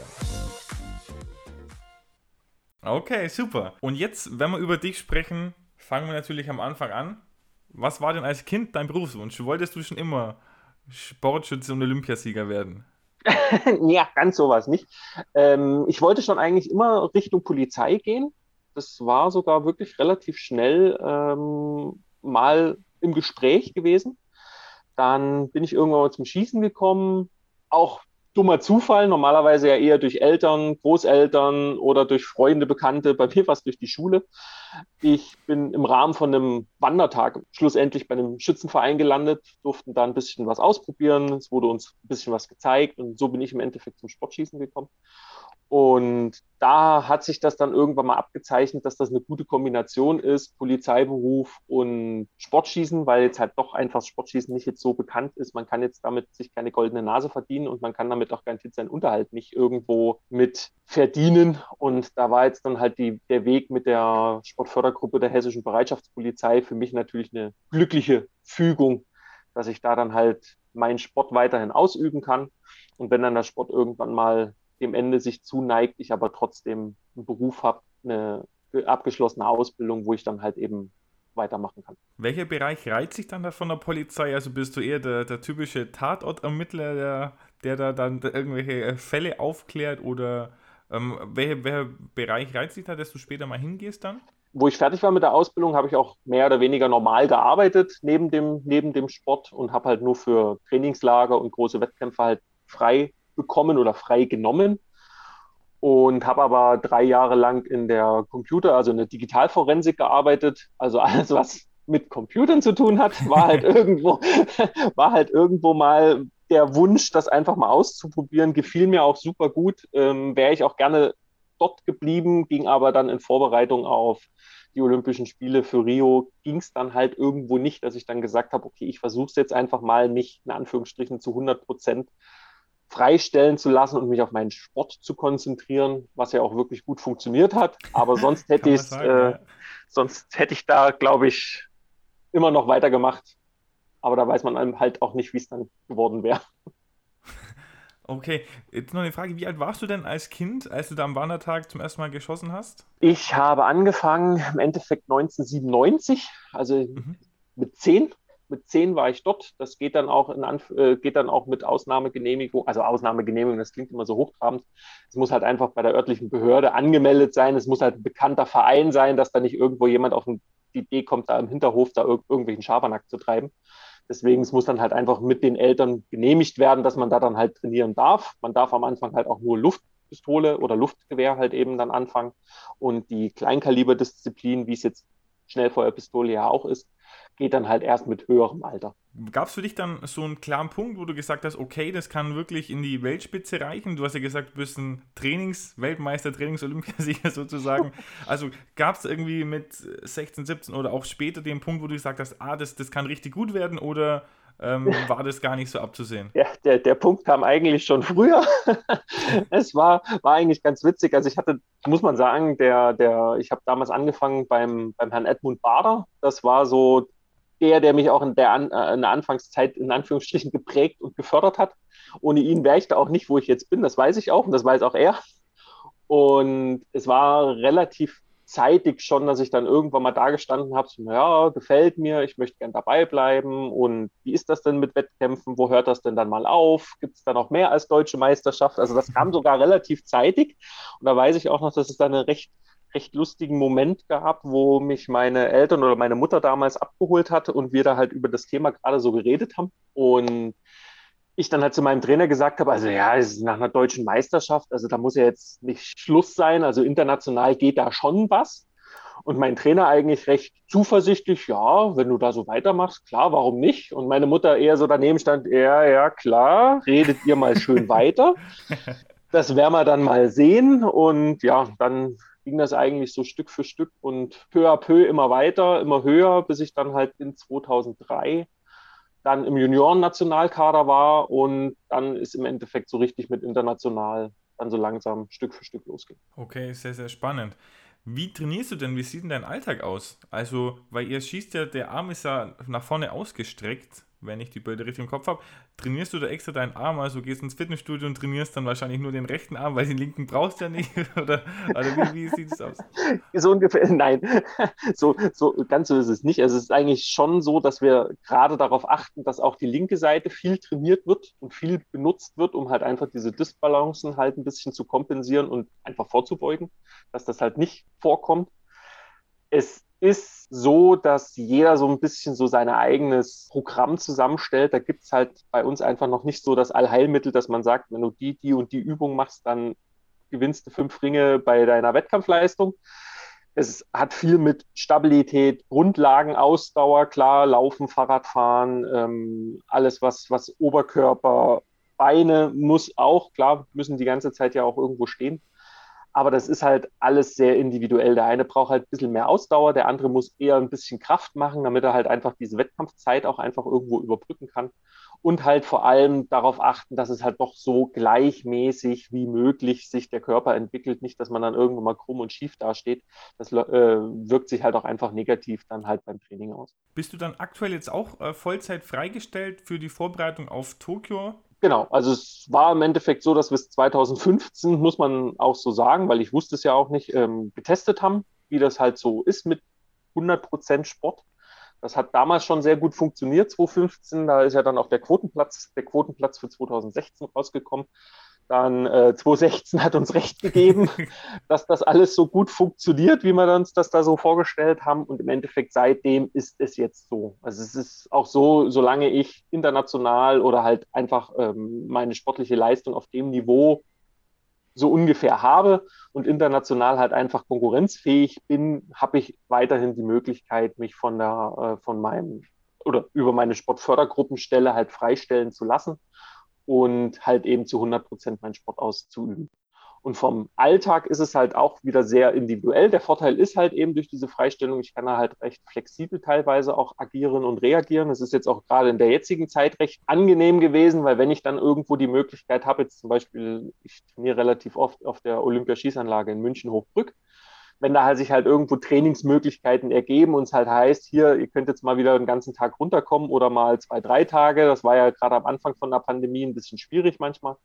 Speaker 1: Okay, super. Und jetzt, wenn wir über dich sprechen, fangen wir natürlich am Anfang an. Was war denn als Kind dein Berufswunsch? Wolltest du schon immer Sportschütze und Olympiasieger werden?
Speaker 2: Ja, ganz sowas nicht. Ähm, ich wollte schon eigentlich immer Richtung Polizei gehen. Das war sogar wirklich relativ schnell ähm, mal im Gespräch gewesen. Dann bin ich irgendwann mal zum Schießen gekommen. Auch dummer Zufall, normalerweise ja eher durch Eltern, Großeltern oder durch Freunde, Bekannte. Bei mir war es durch die Schule. Ich bin im Rahmen von einem Wandertag schlussendlich bei einem Schützenverein gelandet, durften da ein bisschen was ausprobieren. Es wurde uns ein bisschen was gezeigt und so bin ich im Endeffekt zum Sportschießen gekommen. Und da hat sich das dann irgendwann mal abgezeichnet, dass das eine gute Kombination ist, Polizeiberuf und Sportschießen, weil jetzt halt doch einfach das Sportschießen nicht jetzt so bekannt ist. Man kann jetzt damit sich keine goldene Nase verdienen und man kann damit auch garantiert seinen Unterhalt nicht irgendwo mit verdienen. Und da war jetzt dann halt die, der Weg mit der Sportfördergruppe der Hessischen Bereitschaftspolizei für mich natürlich eine glückliche Fügung, dass ich da dann halt meinen Sport weiterhin ausüben kann. Und wenn dann der Sport irgendwann mal dem Ende sich zuneigt, ich aber trotzdem einen Beruf habe, eine abgeschlossene Ausbildung, wo ich dann halt eben weitermachen kann.
Speaker 1: Welcher Bereich reizt sich dann da von der Polizei? Also bist du eher der, der typische Tatortermittler, der, der da dann irgendwelche Fälle aufklärt oder Ähm, welcher, welcher Bereich reizt dich da, dass du später mal hingehst dann?
Speaker 2: Wo ich fertig war mit der Ausbildung, habe ich auch mehr oder weniger normal gearbeitet neben dem, neben dem Sport und habe halt nur für Trainingslager und große Wettkämpfe halt frei bekommen oder frei genommen und habe aber drei Jahre lang in der Computer, also in der Digitalforensik gearbeitet. Also alles, was mit Computern zu tun hat, war halt irgendwo, war halt irgendwo mal der Wunsch, das einfach mal auszuprobieren. Gefiel mir auch super gut. Ähm, wäre ich auch gerne dort geblieben, ging aber dann in Vorbereitung auf die Olympischen Spiele für Rio, ging es dann halt irgendwo nicht, dass ich dann gesagt habe, okay, ich versuche es jetzt einfach mal, mich in Anführungsstrichen zu hundert Prozent freistellen zu lassen und mich auf meinen Sport zu konzentrieren, was ja auch wirklich gut funktioniert hat. Aber sonst hätte
Speaker 1: Kann
Speaker 2: ich
Speaker 1: man
Speaker 2: es,
Speaker 1: sagen,
Speaker 2: äh,
Speaker 1: ja.
Speaker 2: sonst hätte ich da, glaube ich, immer noch weitergemacht. Aber da weiß man einem halt auch nicht, wie es dann geworden wäre.
Speaker 1: Okay, jetzt noch eine Frage. Wie alt warst du denn als Kind, als du da am Wandertag zum ersten Mal geschossen hast?
Speaker 2: Ich habe angefangen im Endeffekt neunzehnhundertsiebenundneunzig, also
Speaker 1: Mhm.
Speaker 2: mit zehn. Mit zehn war ich dort. Das geht dann auch in Anf äh, geht dann auch mit Ausnahmegenehmigung, also Ausnahmegenehmigung, das klingt immer so hochtrabend. Es muss halt einfach bei der örtlichen Behörde angemeldet sein. Es muss halt ein bekannter Verein sein, dass da nicht irgendwo jemand auf die Idee kommt, da im Hinterhof da ir irgendwelchen Schabernack zu treiben. Deswegen, es muss dann halt einfach mit den Eltern genehmigt werden, dass man da dann halt trainieren darf. Man darf am Anfang halt auch nur Luftpistole oder Luftgewehr halt eben dann anfangen. Und die Kleinkaliberdisziplin, wie es jetzt Schnellfeuerpistole ja auch ist, geht dann halt erst mit höherem Alter.
Speaker 1: Gab es für dich dann so einen klaren Punkt, wo du gesagt hast, okay, das kann wirklich in die Weltspitze reichen? Du hast ja gesagt, du bist ein Trainings-Weltmeister, Trainings-Olympiasieger sozusagen. Also gab es irgendwie mit sechzehn, siebzehn oder auch später den Punkt, wo du gesagt hast, ah, das, das kann richtig gut werden oder ähm, war das gar nicht so abzusehen?
Speaker 2: Ja, der, der Punkt kam eigentlich schon früher. Es war, war eigentlich ganz witzig. Also ich hatte, muss man sagen, der, der, ich habe damals angefangen beim, beim Herrn Edmund Bader. Das war so der, der mich auch in der, An äh, in der Anfangszeit in Anführungsstrichen geprägt und gefördert hat. Ohne ihn wäre ich da auch nicht, wo ich jetzt bin. Das weiß ich auch und das weiß auch er. Und es war relativ zeitig schon, dass ich dann irgendwann mal da gestanden habe, so, ja, gefällt mir, ich möchte gern dabei bleiben. Und wie ist das denn mit Wettkämpfen? Wo hört das denn dann mal auf? Gibt es da noch mehr als deutsche Meisterschaft? Also das kam sogar relativ zeitig. Und da weiß ich auch noch, dass es da einen recht, recht lustigen Moment gab, wo mich meine Eltern oder meine Mutter damals abgeholt hatte und wir da halt über das Thema gerade so geredet haben. Und ich dann halt zu meinem Trainer gesagt habe, also ja, es ist nach einer deutschen Meisterschaft, also da muss ja jetzt nicht Schluss sein, also international geht da schon was. Und mein Trainer eigentlich recht zuversichtlich, ja, wenn du da so weitermachst, klar, warum nicht? Und meine Mutter eher so daneben stand, ja, ja, klar, redet ihr mal schön weiter. Das werden wir dann mal sehen. Und ja, dann ging das eigentlich so Stück für Stück und peu à peu immer weiter, immer höher, bis ich dann halt in zweitausenddrei dann im Junioren-Nationalkader war und dann ist im Endeffekt so richtig mit international dann so langsam Stück für Stück losging.
Speaker 1: Okay, sehr, sehr spannend. Wie trainierst du denn? Wie sieht denn dein Alltag aus? Also, weil ihr schießt ja, der Arm ist ja nach vorne ausgestreckt, wenn ich die Bilder richtig im Kopf habe. Trainierst du da extra deinen Arm? Also gehst ins Fitnessstudio und trainierst dann wahrscheinlich nur den rechten Arm, weil den linken brauchst du ja nicht? Oder, oder wie, wie sieht es aus?
Speaker 2: So ungefähr, nein, so, so ganz so ist es nicht. Also es ist eigentlich schon so, dass wir gerade darauf achten, dass auch die linke Seite viel trainiert wird und viel benutzt wird, um halt einfach diese Disbalancen halt ein bisschen zu kompensieren und einfach vorzubeugen, dass das halt nicht vorkommt. Es ist so, dass jeder so ein bisschen so sein eigenes Programm zusammenstellt. Da gibt es halt bei uns einfach noch nicht so das Allheilmittel, dass man sagt, wenn du die, die und die Übung machst, dann gewinnst du fünf Ringe bei deiner Wettkampfleistung. Es hat viel mit Stabilität, Grundlagen, Ausdauer, klar, Laufen, Fahrradfahren, ähm, alles, was, was Oberkörper, Beine muss auch, klar, müssen die ganze Zeit ja auch irgendwo stehen. Aber das ist halt alles sehr individuell. Der eine braucht halt ein bisschen mehr Ausdauer, der andere muss eher ein bisschen Kraft machen, damit er halt einfach diese Wettkampfzeit auch einfach irgendwo überbrücken kann. Und halt vor allem darauf achten, dass es halt doch so gleichmäßig wie möglich sich der Körper entwickelt. Nicht, dass man dann irgendwann mal krumm und schief dasteht. Das äh, wirkt sich halt auch einfach negativ dann halt beim Training aus.
Speaker 1: Bist du dann aktuell jetzt auch äh, Vollzeit freigestellt für die Vorbereitung auf Tokio?
Speaker 2: Genau, also es war im Endeffekt so, dass wir es zweitausendfünfzehn, muss man auch so sagen, weil ich wusste es ja auch nicht, ähm, getestet haben, wie das halt so ist mit hundert Prozent Sport. Das hat damals schon sehr gut funktioniert, zweitausendfünfzehn. Da ist ja dann auch der Quotenplatz, der Quotenplatz für zweitausendsechzehn rausgekommen. Dann äh, zwanzig sechzehn hat uns recht gegeben, dass das alles so gut funktioniert, wie wir uns das da so vorgestellt haben. Und im Endeffekt seitdem ist es jetzt so. Also es ist auch so, solange ich international oder halt einfach ähm, meine sportliche Leistung auf dem Niveau so ungefähr habe und international halt einfach konkurrenzfähig bin, habe ich weiterhin die Möglichkeit, mich von der, äh, von meinem oder über meine Sportfördergruppenstelle halt freistellen zu lassen und halt eben zu hundert Prozent meinen Sport auszuüben. Und vom Alltag ist es halt auch wieder sehr individuell. Der Vorteil ist halt eben durch diese Freistellung, ich kann da halt recht flexibel teilweise auch agieren und reagieren. Das ist jetzt auch gerade in der jetzigen Zeit recht angenehm gewesen, weil wenn ich dann irgendwo die Möglichkeit habe, jetzt zum Beispiel, ich trainiere relativ oft auf der Olympiaschießanlage in München-Hochbrück, wenn da halt sich halt irgendwo Trainingsmöglichkeiten ergeben und es halt heißt, hier, ihr könnt jetzt mal wieder den ganzen Tag runterkommen oder mal zwei, drei Tage, das war ja gerade am Anfang von der Pandemie ein bisschen schwierig manchmal,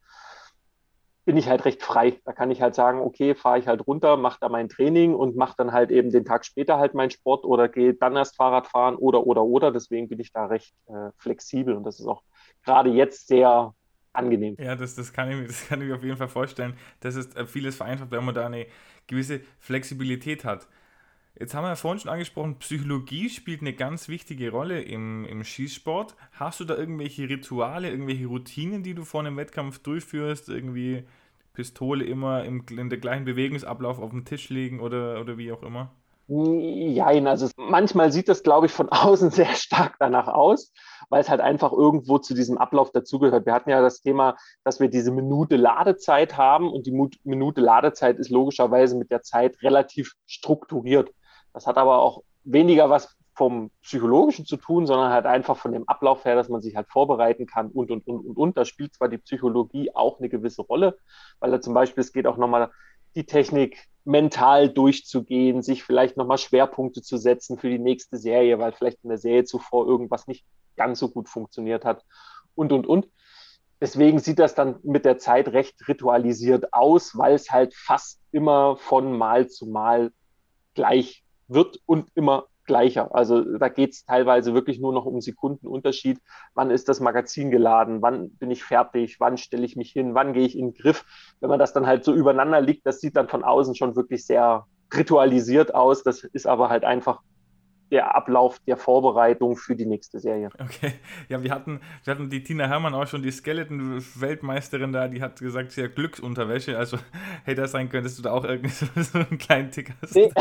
Speaker 2: bin ich halt recht frei. Da kann ich halt sagen, okay, fahre ich halt runter, mache da mein Training und mache dann halt eben den Tag später halt meinen Sport oder gehe dann erst Fahrrad fahren oder, oder, oder. Deswegen bin ich da recht äh, flexibel und das ist auch gerade jetzt sehr angenehm.
Speaker 1: Ja, das, das, kann ich, mir- das kann ich mir auf jeden Fall vorstellen, dass es äh, vieles vereinfacht, wenn man da eine gewisse Flexibilität hat. Jetzt haben wir ja vorhin schon angesprochen, Psychologie spielt eine ganz wichtige Rolle im, im Schießsport. Hast du da irgendwelche Rituale, irgendwelche Routinen, die du vor einem Wettkampf durchführst? Irgendwie Pistole immer im, in der gleichen Bewegungsablauf auf dem Tisch legen oder, oder wie auch immer?
Speaker 2: Jein, also es- manchmal sieht das, glaube ich, von außen sehr stark danach aus, weil es halt einfach irgendwo zu diesem Ablauf dazugehört. Wir hatten ja das Thema, dass wir diese Minute Ladezeit haben und die Mut- Minute Ladezeit ist logischerweise mit der Zeit relativ strukturiert. Das hat aber auch weniger was vom Psychologischen zu tun, sondern halt einfach von dem Ablauf her, dass man sich halt vorbereiten kann und, und, und, und, und. Da spielt zwar die Psychologie auch eine gewisse Rolle, weil da zum Beispiel, es geht auch nochmal die Technik mental durchzugehen, sich vielleicht nochmal Schwerpunkte zu setzen für die nächste Serie, weil vielleicht in der Serie zuvor irgendwas nicht ganz so gut funktioniert hat und, und, und. Deswegen sieht das dann mit der Zeit recht ritualisiert aus, weil es halt fast immer von Mal zu Mal gleich wird und immer gleicher. Also da geht es teilweise wirklich nur noch um Sekundenunterschied. Wann ist das Magazin geladen? Wann bin ich fertig? Wann stelle ich mich hin? Wann gehe ich in den Griff? Wenn man das dann halt so übereinander liegt, das sieht dann von außen schon wirklich sehr ritualisiert aus. Das ist aber halt einfach der Ablauf der Vorbereitung für die nächste Serie.
Speaker 1: Okay, ja, wir hatten, wir hatten die Tina Hermann auch schon, die Skeleton-Weltmeisterin da, die hat gesagt, sie hat Glücksunterwäsche, also hätte das sein können, dass du da auch irgendwie so, so einen kleinen Tick hast.
Speaker 2: Nee,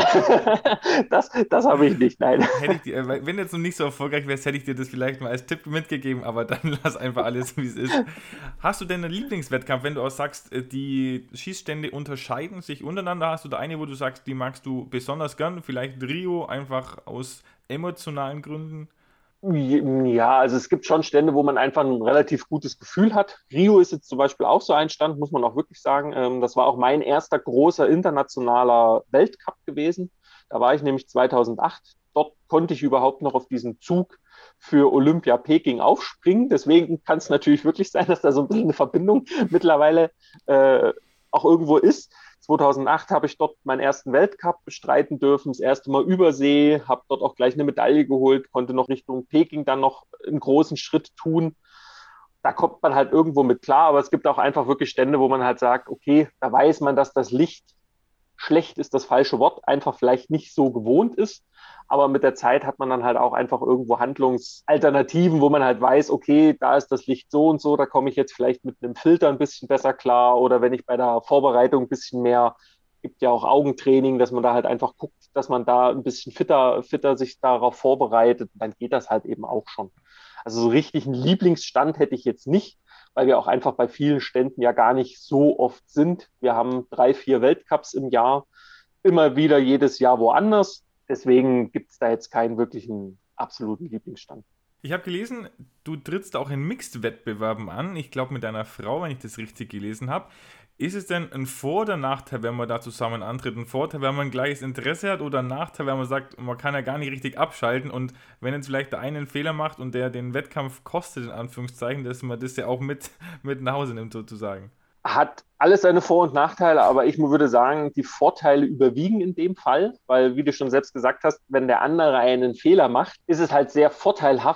Speaker 2: das, das habe ich nicht, nein.
Speaker 1: Hätte ich dir, wenn du jetzt noch nicht so erfolgreich wärst, hätte ich dir das vielleicht mal als Tipp mitgegeben, aber dann lass einfach alles, wie es ist. Hast du denn einen Lieblingswettkampf, wenn du auch sagst, äh, die Schießstände unterscheiden sich untereinander? Hast du da eine, wo du sagst, die magst du besonders gern? Vielleicht Rio, einfach aus emotionalen Gründen?
Speaker 2: Ja, also es gibt schon Stände, wo man einfach ein relativ gutes Gefühl hat. Rio ist jetzt zum Beispiel auch so ein Stand, muss man auch wirklich sagen. Ähm, Das war auch mein erster großer internationaler Weltcup gewesen. Da war ich nämlich zweitausendacht. Dort konnte ich überhaupt noch auf diesen Zug für Olympia Peking aufspringen. Deswegen kann es natürlich wirklich sein, dass da so ein bisschen eine Verbindung mittlerweile äh, auch irgendwo ist. zweitausendacht habe ich dort meinen ersten Weltcup bestreiten dürfen, das erste Mal Übersee, habe dort auch gleich eine Medaille geholt, konnte noch Richtung Peking dann noch einen großen Schritt tun. Da kommt man halt irgendwo mit klar, aber es gibt auch einfach wirklich Stände, wo man halt sagt, okay, da weiß man, dass das Licht schlecht ist das falsche Wort, einfach vielleicht nicht so gewohnt ist. Aber mit der Zeit hat man dann halt auch einfach irgendwo Handlungsalternativen, wo man halt weiß, okay, da ist das Licht so und so, da komme ich jetzt vielleicht mit einem Filter ein bisschen besser klar. Oder wenn ich bei der Vorbereitung ein bisschen mehr, gibt ja auch Augentraining, dass man da halt einfach guckt, dass man da ein bisschen fitter, fitter sich darauf vorbereitet. Dann geht das halt eben auch schon. Also so richtig einen Lieblingsstand hätte ich jetzt nicht, weil wir auch einfach bei vielen Ständen ja gar nicht so oft sind. Wir haben drei, vier Weltcups im Jahr, immer wieder jedes Jahr woanders. Deswegen gibt es da jetzt keinen wirklichen absoluten Lieblingsstand.
Speaker 1: Ich habe gelesen, du trittst auch in Mixed-Wettbewerben an. Ich glaube mit deiner Frau, wenn ich das richtig gelesen habe. Ist es denn ein Vor- oder Nachteil, wenn man da zusammen antritt? Ein Vorteil, wenn man ein gleiches Interesse hat oder ein Nachteil, wenn man sagt, man kann ja gar nicht richtig abschalten und wenn jetzt vielleicht der eine einen Fehler macht und der den Wettkampf kostet, in Anführungszeichen, dass man das ja auch mit, mit nach Hause nimmt sozusagen?
Speaker 2: Hat alles seine Vor- und Nachteile, aber ich würde sagen, die Vorteile überwiegen in dem Fall, weil, wie du schon selbst gesagt hast, wenn der andere einen Fehler macht, ist es halt sehr vorteilhaft,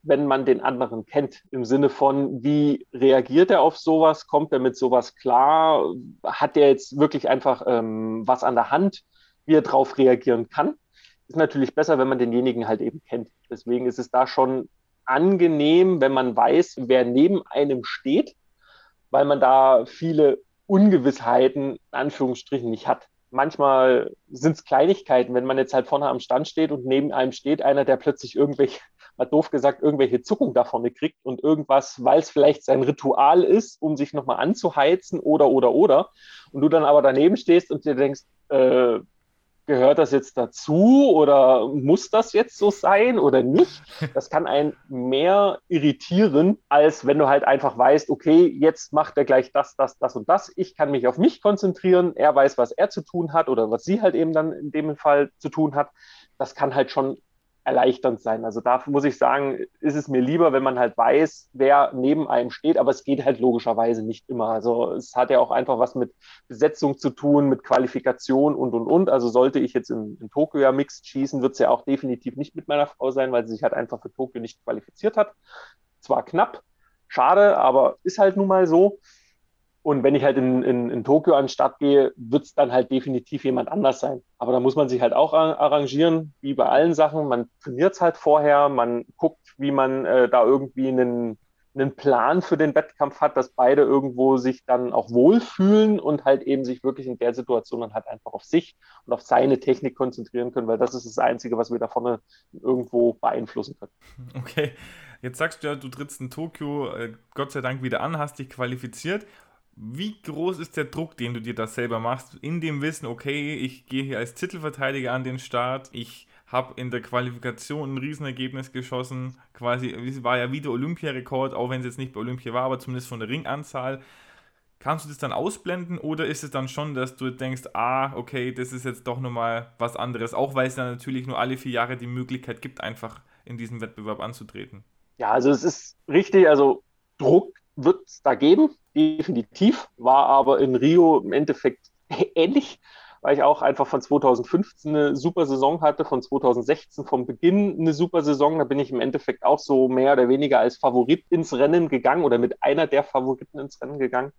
Speaker 2: wenn man den anderen kennt, im Sinne von, wie reagiert er auf sowas, kommt er mit sowas klar, hat er jetzt wirklich einfach ähm, was an der Hand, wie er darauf reagieren kann. Ist natürlich besser, wenn man denjenigen halt eben kennt. Deswegen ist es da schon angenehm, wenn man weiß, wer neben einem steht, weil man da viele Ungewissheiten in Anführungsstrichen nicht hat. Manchmal sind es Kleinigkeiten, wenn man jetzt halt vorne am Stand steht und neben einem steht einer, der plötzlich irgendwelche, mal doof gesagt, irgendwelche Zuckung da vorne kriegt und irgendwas, weil es vielleicht sein Ritual ist, um sich nochmal anzuheizen oder, oder, oder. Und du dann aber daneben stehst und dir denkst, äh, gehört das jetzt dazu oder muss das jetzt so sein oder nicht? Das kann einen mehr irritieren, als wenn du halt einfach weißt, okay, jetzt macht er gleich das, das, das und das. Ich kann mich auf mich konzentrieren. Er weiß, was er zu tun hat oder was sie halt eben dann in dem Fall zu tun hat. Das kann halt schon erleichternd sein. Also da muss ich sagen, ist es mir lieber, wenn man halt weiß, wer neben einem steht, aber es geht halt logischerweise nicht immer. Also es hat ja auch einfach was mit Besetzung zu tun, mit Qualifikation und, und, und. Also sollte ich jetzt in, in Tokio ja Mixed schießen, wird es ja auch definitiv nicht mit meiner Frau sein, weil sie sich halt einfach für Tokio nicht qualifiziert hat. Zwar knapp, schade, aber ist halt nun mal so. Und wenn ich halt in, in, in Tokio an den Start gehe, wird es dann halt definitiv jemand anders sein. Aber da muss man sich halt auch arrangieren, wie bei allen Sachen. Man trainiert es halt vorher, man guckt, wie man äh, da irgendwie einen, einen Plan für den Wettkampf hat, dass beide irgendwo sich dann auch wohlfühlen und halt eben sich wirklich in der Situation dann halt einfach auf sich und auf seine Technik konzentrieren können, weil das ist das Einzige, was wir da vorne irgendwo beeinflussen können.
Speaker 1: Okay, jetzt sagst du ja, du trittst in Tokio äh, Gott sei Dank wieder an, hast dich qualifiziert. Wie groß ist der Druck, den du dir da selber machst, in dem Wissen, okay, ich gehe hier als Titelverteidiger an den Start, ich habe in der Qualifikation ein Riesenergebnis geschossen, quasi, es war ja wieder Olympiarekord, auch wenn es jetzt nicht bei Olympia war, aber zumindest von der Ringanzahl. Kannst du das dann ausblenden oder ist es dann schon, dass du denkst, ah, okay, das ist jetzt doch nochmal was anderes, auch weil es dann natürlich nur alle vier Jahre die Möglichkeit gibt, einfach in diesem Wettbewerb anzutreten?
Speaker 2: Ja, also es ist richtig, also Druck wird es da geben, definitiv, war aber in Rio im Endeffekt ähnlich, weil ich auch einfach von zweitausendfünfzehn eine super Saison hatte, von zweitausendsechzehn vom Beginn eine super Saison, da bin ich im Endeffekt auch so mehr oder weniger als Favorit ins Rennen gegangen oder mit einer der Favoriten ins Rennen gegangen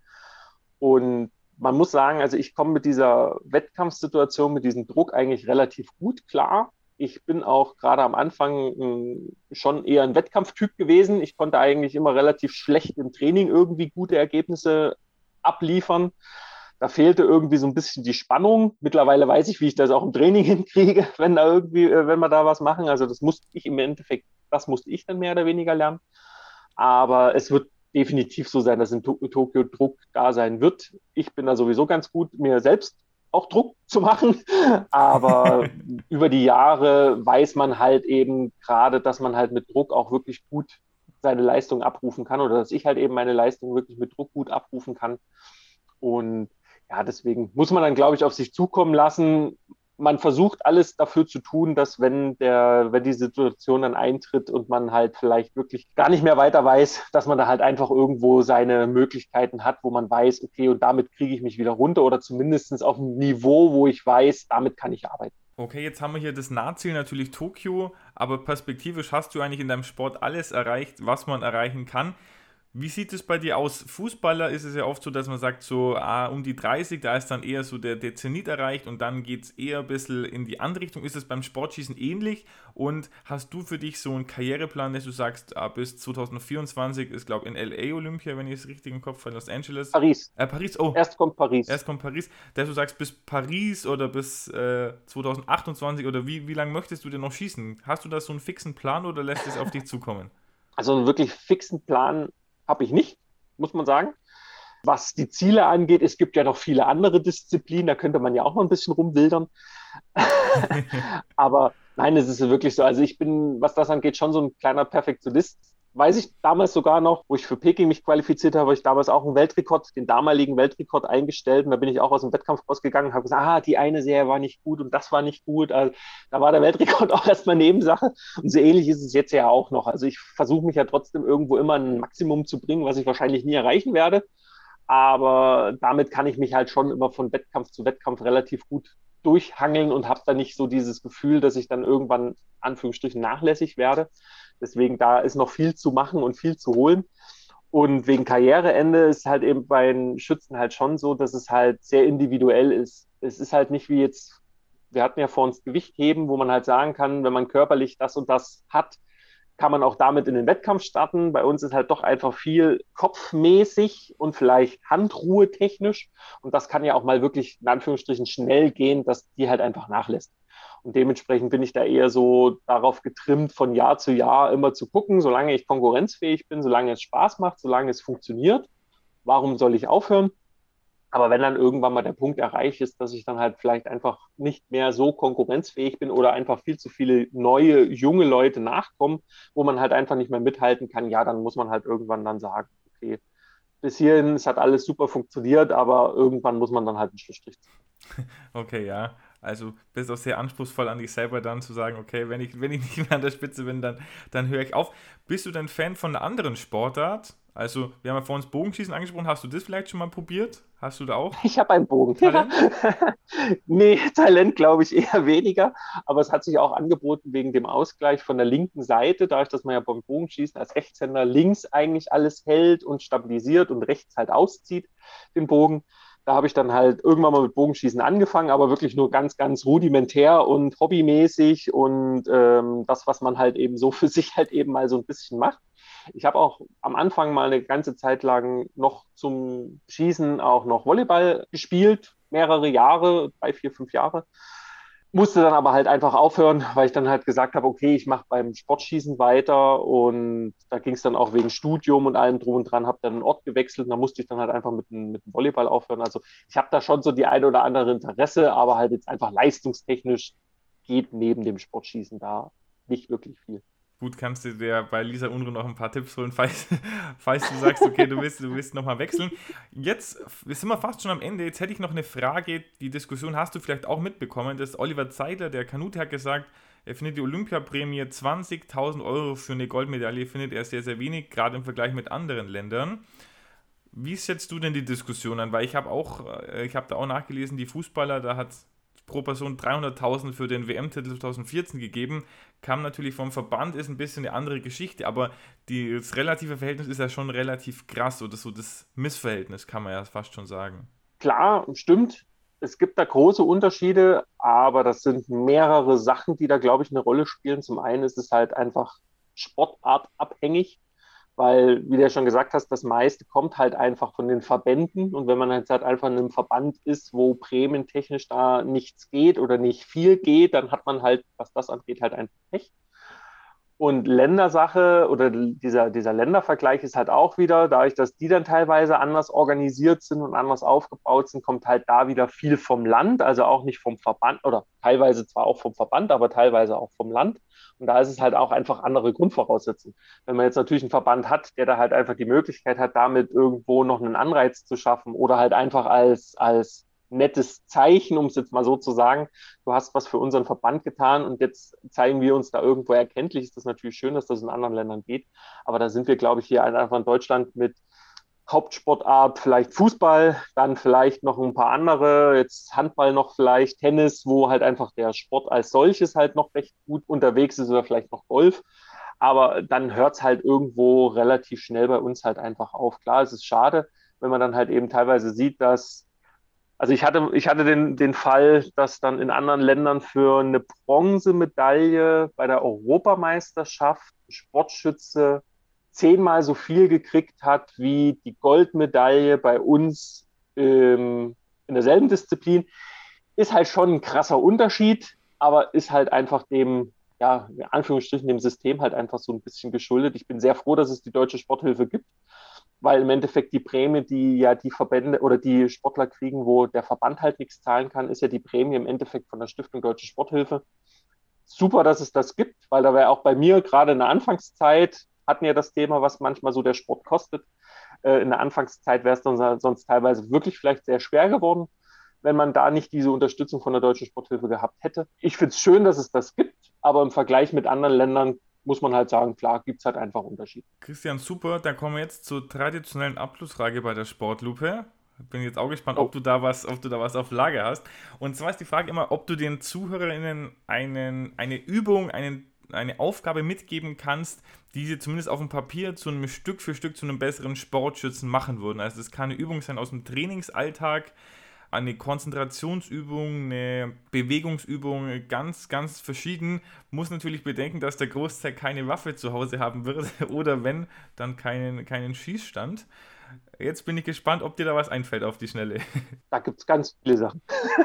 Speaker 2: und man muss sagen, also ich komme mit dieser Wettkampfsituation, mit diesem Druck eigentlich relativ gut klar. Ich bin auch gerade am Anfang mh, schon eher ein Wettkampftyp gewesen. Ich konnte eigentlich immer relativ schlecht im Training irgendwie gute Ergebnisse abliefern. Da fehlte irgendwie so ein bisschen die Spannung. Mittlerweile weiß ich, wie ich das auch im Training hinkriege, wenn da irgendwie, wenn wir da was machen. Also das musste ich im Endeffekt, das musste ich dann mehr oder weniger lernen. Aber es wird definitiv so sein, dass in Tokio Druck da sein wird. Ich bin da sowieso ganz gut, mir selbst auch Druck zu machen, aber über die Jahre weiß man halt eben gerade, dass man halt mit Druck auch wirklich gut seine Leistung abrufen kann oder dass ich halt eben meine Leistung wirklich mit Druck gut abrufen kann und ja, deswegen muss man dann, glaube ich, auf sich zukommen lassen. Man versucht alles dafür zu tun, dass wenn der, wenn die Situation dann eintritt und man halt vielleicht wirklich gar nicht mehr weiter weiß, dass man da halt einfach irgendwo seine Möglichkeiten hat, wo man weiß, okay, und damit kriege ich mich wieder runter oder zumindest auf einem Niveau, wo ich weiß, damit kann ich arbeiten.
Speaker 1: Okay, jetzt haben wir hier das Nahziel natürlich Tokio, aber perspektivisch hast du eigentlich in deinem Sport alles erreicht, was man erreichen kann. Wie sieht es bei dir aus? Fußballer ist es ja oft so, dass man sagt, so ah, um die dreißig, da ist dann eher so der, der Zenit erreicht und dann geht es eher ein bisschen in die andere Richtung. Ist es beim Sportschießen ähnlich? Und hast du für dich so einen Karriereplan, dass du sagst, ah, bis zwanzig vierundzwanzig ist, glaube ich, in L A Olympia, wenn ich es richtig im Kopf habe, Los Angeles?
Speaker 2: Paris.
Speaker 1: Äh, Paris, oh.
Speaker 2: Erst kommt Paris.
Speaker 1: Erst kommt Paris. Dass du sagst, bis Paris oder bis äh, zwanzig achtundzwanzig oder wie, wie lange möchtest du denn noch schießen? Hast du da so einen fixen Plan oder lässt es auf dich zukommen?
Speaker 2: Also einen wirklich fixen Plan habe ich nicht, muss man sagen. Was die Ziele angeht, es gibt ja noch viele andere Disziplinen, da könnte man ja auch noch ein bisschen rumwildern. Aber nein, es ist wirklich so. Also ich bin, was das angeht, schon so ein kleiner Perfektionist. Weiß ich damals sogar noch, wo ich für Peking mich qualifiziert habe, habe ich damals auch einen Weltrekord, den damaligen Weltrekord eingestellt. Und da bin ich auch aus dem Wettkampf rausgegangen und habe gesagt, ah, die eine Serie war nicht gut und das war nicht gut. Also da war der Weltrekord auch erstmal Nebensache. Und so ähnlich ist es jetzt ja auch noch. Also ich versuche mich ja trotzdem irgendwo immer ein Maximum zu bringen, was ich wahrscheinlich nie erreichen werde. Aber damit kann ich mich halt schon immer von Wettkampf zu Wettkampf relativ gut durchhangeln und habe dann nicht so dieses Gefühl, dass ich dann irgendwann, Anführungsstrichen, nachlässig werde. Deswegen, da ist noch viel zu machen und viel zu holen. Und wegen Karriereende ist halt eben bei den Schützen halt schon so, dass es halt sehr individuell ist. Es ist halt nicht wie jetzt, wir hatten ja vor uns Gewichtheben, wo man halt sagen kann, wenn man körperlich das und das hat, kann man auch damit in den Wettkampf starten. Bei uns ist halt doch einfach viel kopfmäßig und vielleicht Handruhe technisch. Und das kann ja auch mal wirklich in Anführungsstrichen schnell gehen, dass die halt einfach nachlässt. Und dementsprechend bin ich da eher so darauf getrimmt, von Jahr zu Jahr immer zu gucken, solange ich konkurrenzfähig bin, solange es Spaß macht, solange es funktioniert. Warum soll ich aufhören? Aber wenn dann irgendwann mal der Punkt erreicht ist, dass ich dann halt vielleicht einfach nicht mehr so konkurrenzfähig bin oder einfach viel zu viele neue, junge Leute nachkommen, wo man halt einfach nicht mehr mithalten kann, ja, dann muss man halt irgendwann dann sagen, okay, bis hierhin, es hat alles super funktioniert, aber irgendwann muss man dann halt einen Schlussstrich ziehen.
Speaker 1: Okay, ja. Also bist auch sehr anspruchsvoll an dich selber dann zu sagen, okay, wenn ich, wenn ich nicht mehr an der Spitze bin, dann, dann höre ich auf. Bist du denn Fan von einer anderen Sportart? Also, wir haben ja vorhin das Bogenschießen angesprochen. Hast du das vielleicht schon mal probiert? Hast du da auch
Speaker 2: Ich habe einen Bogen.
Speaker 1: Talent?
Speaker 2: Nee, Talent glaube ich eher weniger, aber es hat sich auch angeboten wegen dem Ausgleich von der linken Seite, dadurch, dass man ja beim Bogenschießen als Rechtshänder links eigentlich alles hält und stabilisiert und rechts halt auszieht, den Bogen. Da habe ich dann halt irgendwann mal mit Bogenschießen angefangen, aber wirklich nur ganz, ganz rudimentär und hobbymäßig und ähm, das, was man halt eben so für sich halt eben mal so ein bisschen macht. Ich habe auch am Anfang mal eine ganze Zeit lang noch zum Schießen auch noch Volleyball gespielt, mehrere Jahre, drei, vier, fünf Jahre. Musste dann aber halt einfach aufhören, weil ich dann halt gesagt habe, okay, ich mache beim Sportschießen weiter und da ging es dann auch wegen Studium und allem drum und dran, habe dann einen Ort gewechselt und da musste ich dann halt einfach mit, dem- mit dem Volleyball aufhören. Also ich habe da schon so die eine oder andere Interesse, aber halt jetzt einfach leistungstechnisch geht neben dem Sportschießen da nicht wirklich viel.
Speaker 1: Gut, kannst du dir bei Lisa Unruh noch ein paar Tipps holen, falls, falls du sagst, okay, du willst, du willst nochmal wechseln. Jetzt sind wir fast schon am Ende. Jetzt hätte ich noch eine Frage. Die Diskussion hast du vielleicht auch mitbekommen, dass Oliver Zeidler, der Kanute, hat gesagt, er findet die Olympiaprämie zwanzigtausend Euro für eine Goldmedaille, findet er sehr, sehr wenig, gerade im Vergleich mit anderen Ländern. Wie schätzt du denn die Diskussion an? Weil ich habe auch, äh, ich habe da auch nachgelesen, die Fußballer, da hat pro Person dreihunderttausend für den W M-Titel zwanzig vierzehn gegeben. Kam natürlich vom Verband, ist ein bisschen eine andere Geschichte, aber die, das relative Verhältnis ist ja schon relativ krass oder so das Missverhältnis, kann man ja fast schon sagen.
Speaker 2: Klar, stimmt. Es gibt da große Unterschiede, aber das sind mehrere Sachen, die da, glaube ich, eine Rolle spielen. Zum einen ist es halt einfach sportartabhängig, weil, wie du ja schon gesagt hast, das meiste kommt halt einfach von den Verbänden. Und wenn man jetzt halt einfach in einem Verband ist, wo prämientechnisch da nichts geht oder nicht viel geht, dann hat man halt, was das angeht, halt einfach Pech. Und Ländersache oder dieser, dieser Ländervergleich ist halt auch wieder, dadurch, dass die dann teilweise anders organisiert sind und anders aufgebaut sind, kommt halt da wieder viel vom Land, also auch nicht vom Verband oder teilweise zwar auch vom Verband, aber teilweise auch vom Land. Und da ist es halt auch einfach andere Grundvoraussetzungen. Wenn man jetzt natürlich einen Verband hat, der da halt einfach die Möglichkeit hat, damit irgendwo noch einen Anreiz zu schaffen oder halt einfach als, als nettes Zeichen, um es jetzt mal so zu sagen, du hast was für unseren Verband getan und jetzt zeigen wir uns da irgendwo erkenntlich. Ist das natürlich schön, dass das in anderen Ländern geht, aber da sind wir, glaube ich, hier einfach in Deutschland mit Hauptsportart vielleicht Fußball, dann vielleicht noch ein paar andere, jetzt Handball noch vielleicht, Tennis, wo halt einfach der Sport als solches halt noch recht gut unterwegs ist oder vielleicht noch Golf. Aber dann hört es halt irgendwo relativ schnell bei uns halt einfach auf. Klar, es ist schade, wenn man dann halt eben teilweise sieht, dass also ich hatte, ich hatte den, den Fall, dass dann in anderen Ländern für eine Bronzemedaille bei der Europameisterschaft ein Sportschütze zehnmal so viel gekriegt hat wie die Goldmedaille bei uns ähm, in derselben Disziplin. Ist halt schon ein krasser Unterschied, aber ist halt einfach dem, ja, in Anführungsstrichen, dem System halt einfach so ein bisschen geschuldet. Ich bin sehr froh, dass es die Deutsche Sporthilfe gibt, weil im Endeffekt die Prämie, die ja die Verbände oder die Sportler kriegen, wo der Verband halt nichts zahlen kann, ist ja die Prämie im Endeffekt von der Stiftung Deutsche Sporthilfe. Super, dass es das gibt, weil da wäre auch bei mir gerade in der Anfangszeit, hatten ja das Thema, was manchmal so der Sport kostet. Äh, in der Anfangszeit wäre es dann sonst teilweise wirklich vielleicht sehr schwer geworden, wenn man da nicht diese Unterstützung von der Deutschen Sporthilfe gehabt hätte. Ich finde es schön, dass es das gibt, aber im Vergleich mit anderen Ländern muss man halt sagen, klar, gibt es halt einfach Unterschiede.
Speaker 1: Christian, super. Dann kommen wir jetzt zur traditionellen Abschlussfrage bei der Sportlupe. Bin jetzt auch gespannt, ob du da was, ob du da was auf Lager hast. Und zwar ist die Frage immer, ob du den ZuhörerInnen einen, eine Übung, einen, eine Aufgabe mitgeben kannst, die sie zumindest auf dem Papier zu einem Stück für Stück zu einem besseren Sportschützen machen würden. Also es kann eine Übung sein aus dem Trainingsalltag, eine Konzentrationsübung, eine Bewegungsübung, ganz, ganz verschieden. Muss natürlich bedenken, dass der Großteil keine Waffe zu Hause haben wird oder wenn, dann keinen, keinen Schießstand. Jetzt bin ich gespannt, ob dir da was einfällt auf die Schnelle.
Speaker 2: Da gibt es ganz viele Sachen.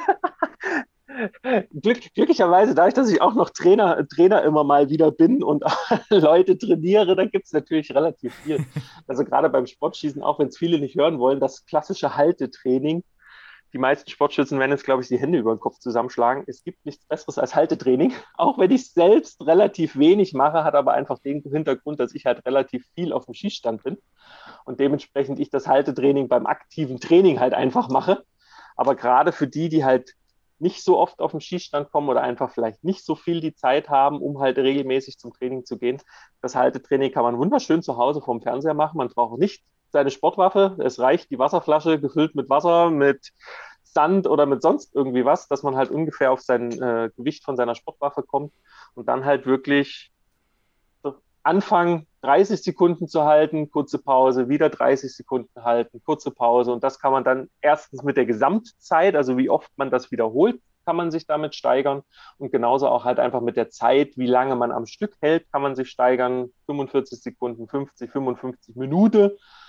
Speaker 2: Glück, glücklicherweise, dadurch, dass ich auch noch Trainer, Trainer immer mal wieder bin und Leute trainiere, da gibt es natürlich relativ viel. Also gerade beim Sportschießen, auch wenn es viele nicht hören wollen, das klassische Haltetraining. Die meisten Sportschützen werden jetzt, glaube ich, die Hände über den Kopf zusammenschlagen. Es gibt nichts Besseres als Haltetraining, auch wenn ich es selbst relativ wenig mache, hat aber einfach den Hintergrund, dass ich halt relativ viel auf dem Schießstand bin und dementsprechend ich das Haltetraining beim aktiven Training halt einfach mache. Aber gerade für die, die halt nicht so oft auf den Schießstand kommen oder einfach vielleicht nicht so viel die Zeit haben, um halt regelmäßig zum Training zu gehen, das Haltetraining kann man wunderschön zu Hause vorm Fernseher machen. Man braucht nicht seine Sportwaffe. Es reicht die Wasserflasche gefüllt mit Wasser, mit Sand oder mit sonst irgendwie was, dass man halt ungefähr auf sein äh, Gewicht von seiner Sportwaffe kommt und dann halt wirklich anfangen, dreißig Sekunden zu halten, kurze Pause, wieder dreißig Sekunden halten, kurze Pause und das kann man dann erstens mit der Gesamtzeit, also wie oft man das wiederholt, kann man sich damit steigern und genauso auch halt einfach mit der Zeit, wie lange man am Stück hält, kann man sich steigern, fünfundvierzig Sekunden, fünfzig, fünfundfünfzig Minuten.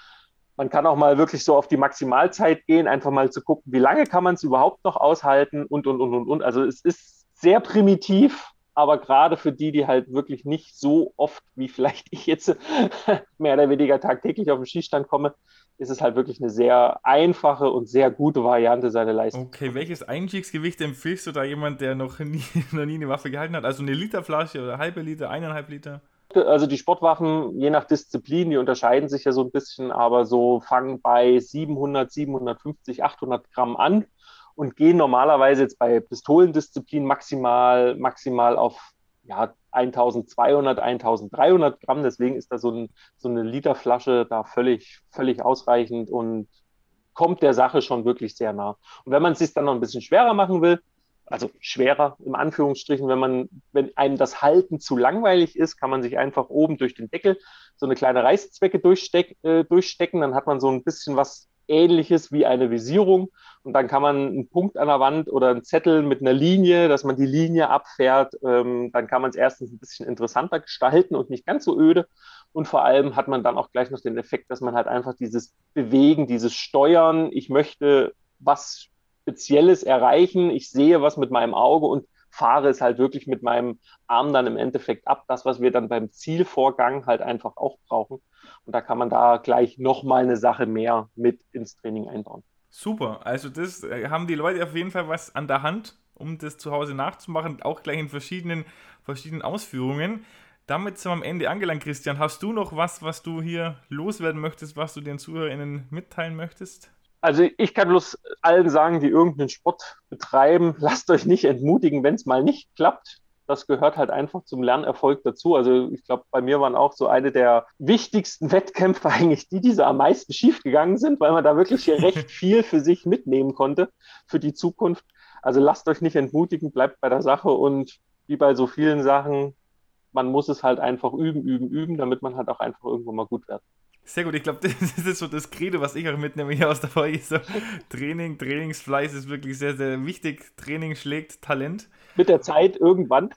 Speaker 2: Man kann auch mal wirklich so auf die Maximalzeit gehen, einfach mal zu gucken, wie lange kann man es überhaupt noch aushalten und, und, und, und, und. Also es ist sehr primitiv, aber gerade für die, die halt wirklich nicht so oft, wie vielleicht ich jetzt mehr oder weniger tagtäglich auf den Schießstand komme, ist es halt wirklich eine sehr einfache und sehr gute Variante, seine Leistung.
Speaker 1: Okay, welches Einstiegsgewicht empfiehlst du da jemand, der noch nie, noch nie eine Waffe gehalten hat? Also eine Literflasche oder halbe Liter, eineinhalb Liter?
Speaker 2: Also die Sportwaffen, je nach Disziplin, die unterscheiden sich ja so ein bisschen, aber so fangen bei siebenhundert, siebenhundertfünfzig, achthundert Gramm an und gehen normalerweise jetzt bei Pistolendisziplin maximal, maximal auf ja, eintausendzweihundert, eintausenddreihundert Gramm. Deswegen ist da so, ein, so eine Literflasche da völlig, völlig ausreichend und kommt der Sache schon wirklich sehr nah. Und wenn man es sich dann noch ein bisschen schwerer machen will, also schwerer im Anführungsstrichen, wenn man, wenn einem das Halten zu langweilig ist, kann man sich einfach oben durch den Deckel so eine kleine Reißzwecke durchsteck, äh, durchstecken, dann hat man so ein bisschen was Ähnliches wie eine Visierung und dann kann man einen Punkt an der Wand oder einen Zettel mit einer Linie, dass man die Linie abfährt, ähm, dann kann man es erstens ein bisschen interessanter gestalten und nicht ganz so öde und vor allem hat man dann auch gleich noch den Effekt, dass man halt einfach dieses Bewegen, dieses Steuern, ich möchte was Spezielles erreichen, ich sehe was mit meinem Auge und fahre es halt wirklich mit meinem Arm dann im Endeffekt ab, das, was wir dann beim Zielvorgang halt einfach auch brauchen. Und da kann man da gleich nochmal eine Sache mehr mit ins Training einbauen.
Speaker 1: Super, also das haben die Leute auf jeden Fall was an der Hand, um das zu Hause nachzumachen, auch gleich in verschiedenen, verschiedenen Ausführungen. Damit sind wir am Ende angelangt, Christian. Hast du noch was, was du hier loswerden möchtest, was du den ZuhörerInnen mitteilen möchtest?
Speaker 2: Also ich kann bloß allen sagen, die irgendeinen Sport betreiben, lasst euch nicht entmutigen, wenn es mal nicht klappt. Das gehört halt einfach zum Lernerfolg dazu. Also ich glaube, bei mir waren auch so eine der wichtigsten Wettkämpfe eigentlich die, die so am meisten schief gegangen sind, weil man da wirklich recht viel für sich mitnehmen konnte für die Zukunft. Also lasst euch nicht entmutigen, bleibt bei der Sache und wie bei so vielen Sachen, man muss es halt einfach üben, üben, üben, damit man halt auch einfach irgendwann mal gut wird.
Speaker 1: Sehr gut, ich glaube, das ist so das Credo, was ich auch mitnehme hier aus der Folge. So, Training, Trainingsfleiß ist wirklich sehr, sehr wichtig. Training schlägt Talent.
Speaker 2: Mit der Zeit irgendwann.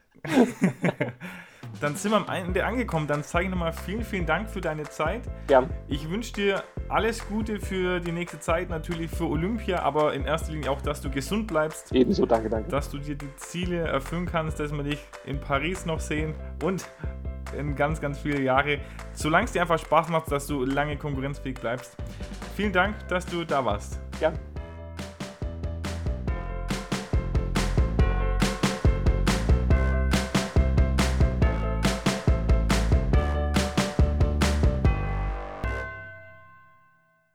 Speaker 1: Dann sind wir am Ende angekommen. Dann sage ich nochmal vielen, vielen Dank für deine Zeit.
Speaker 2: Ja.
Speaker 1: Ich wünsche dir alles Gute für die nächste Zeit, natürlich für Olympia, aber in erster Linie auch, dass du gesund bleibst.
Speaker 2: Ebenso, danke, danke.
Speaker 1: Dass du dir die Ziele erfüllen kannst, dass wir dich in Paris noch sehen und in ganz, ganz viele Jahre, solange es dir einfach Spaß macht, dass du lange konkurrenzfähig bleibst. Vielen Dank, dass du da warst.
Speaker 2: Ja.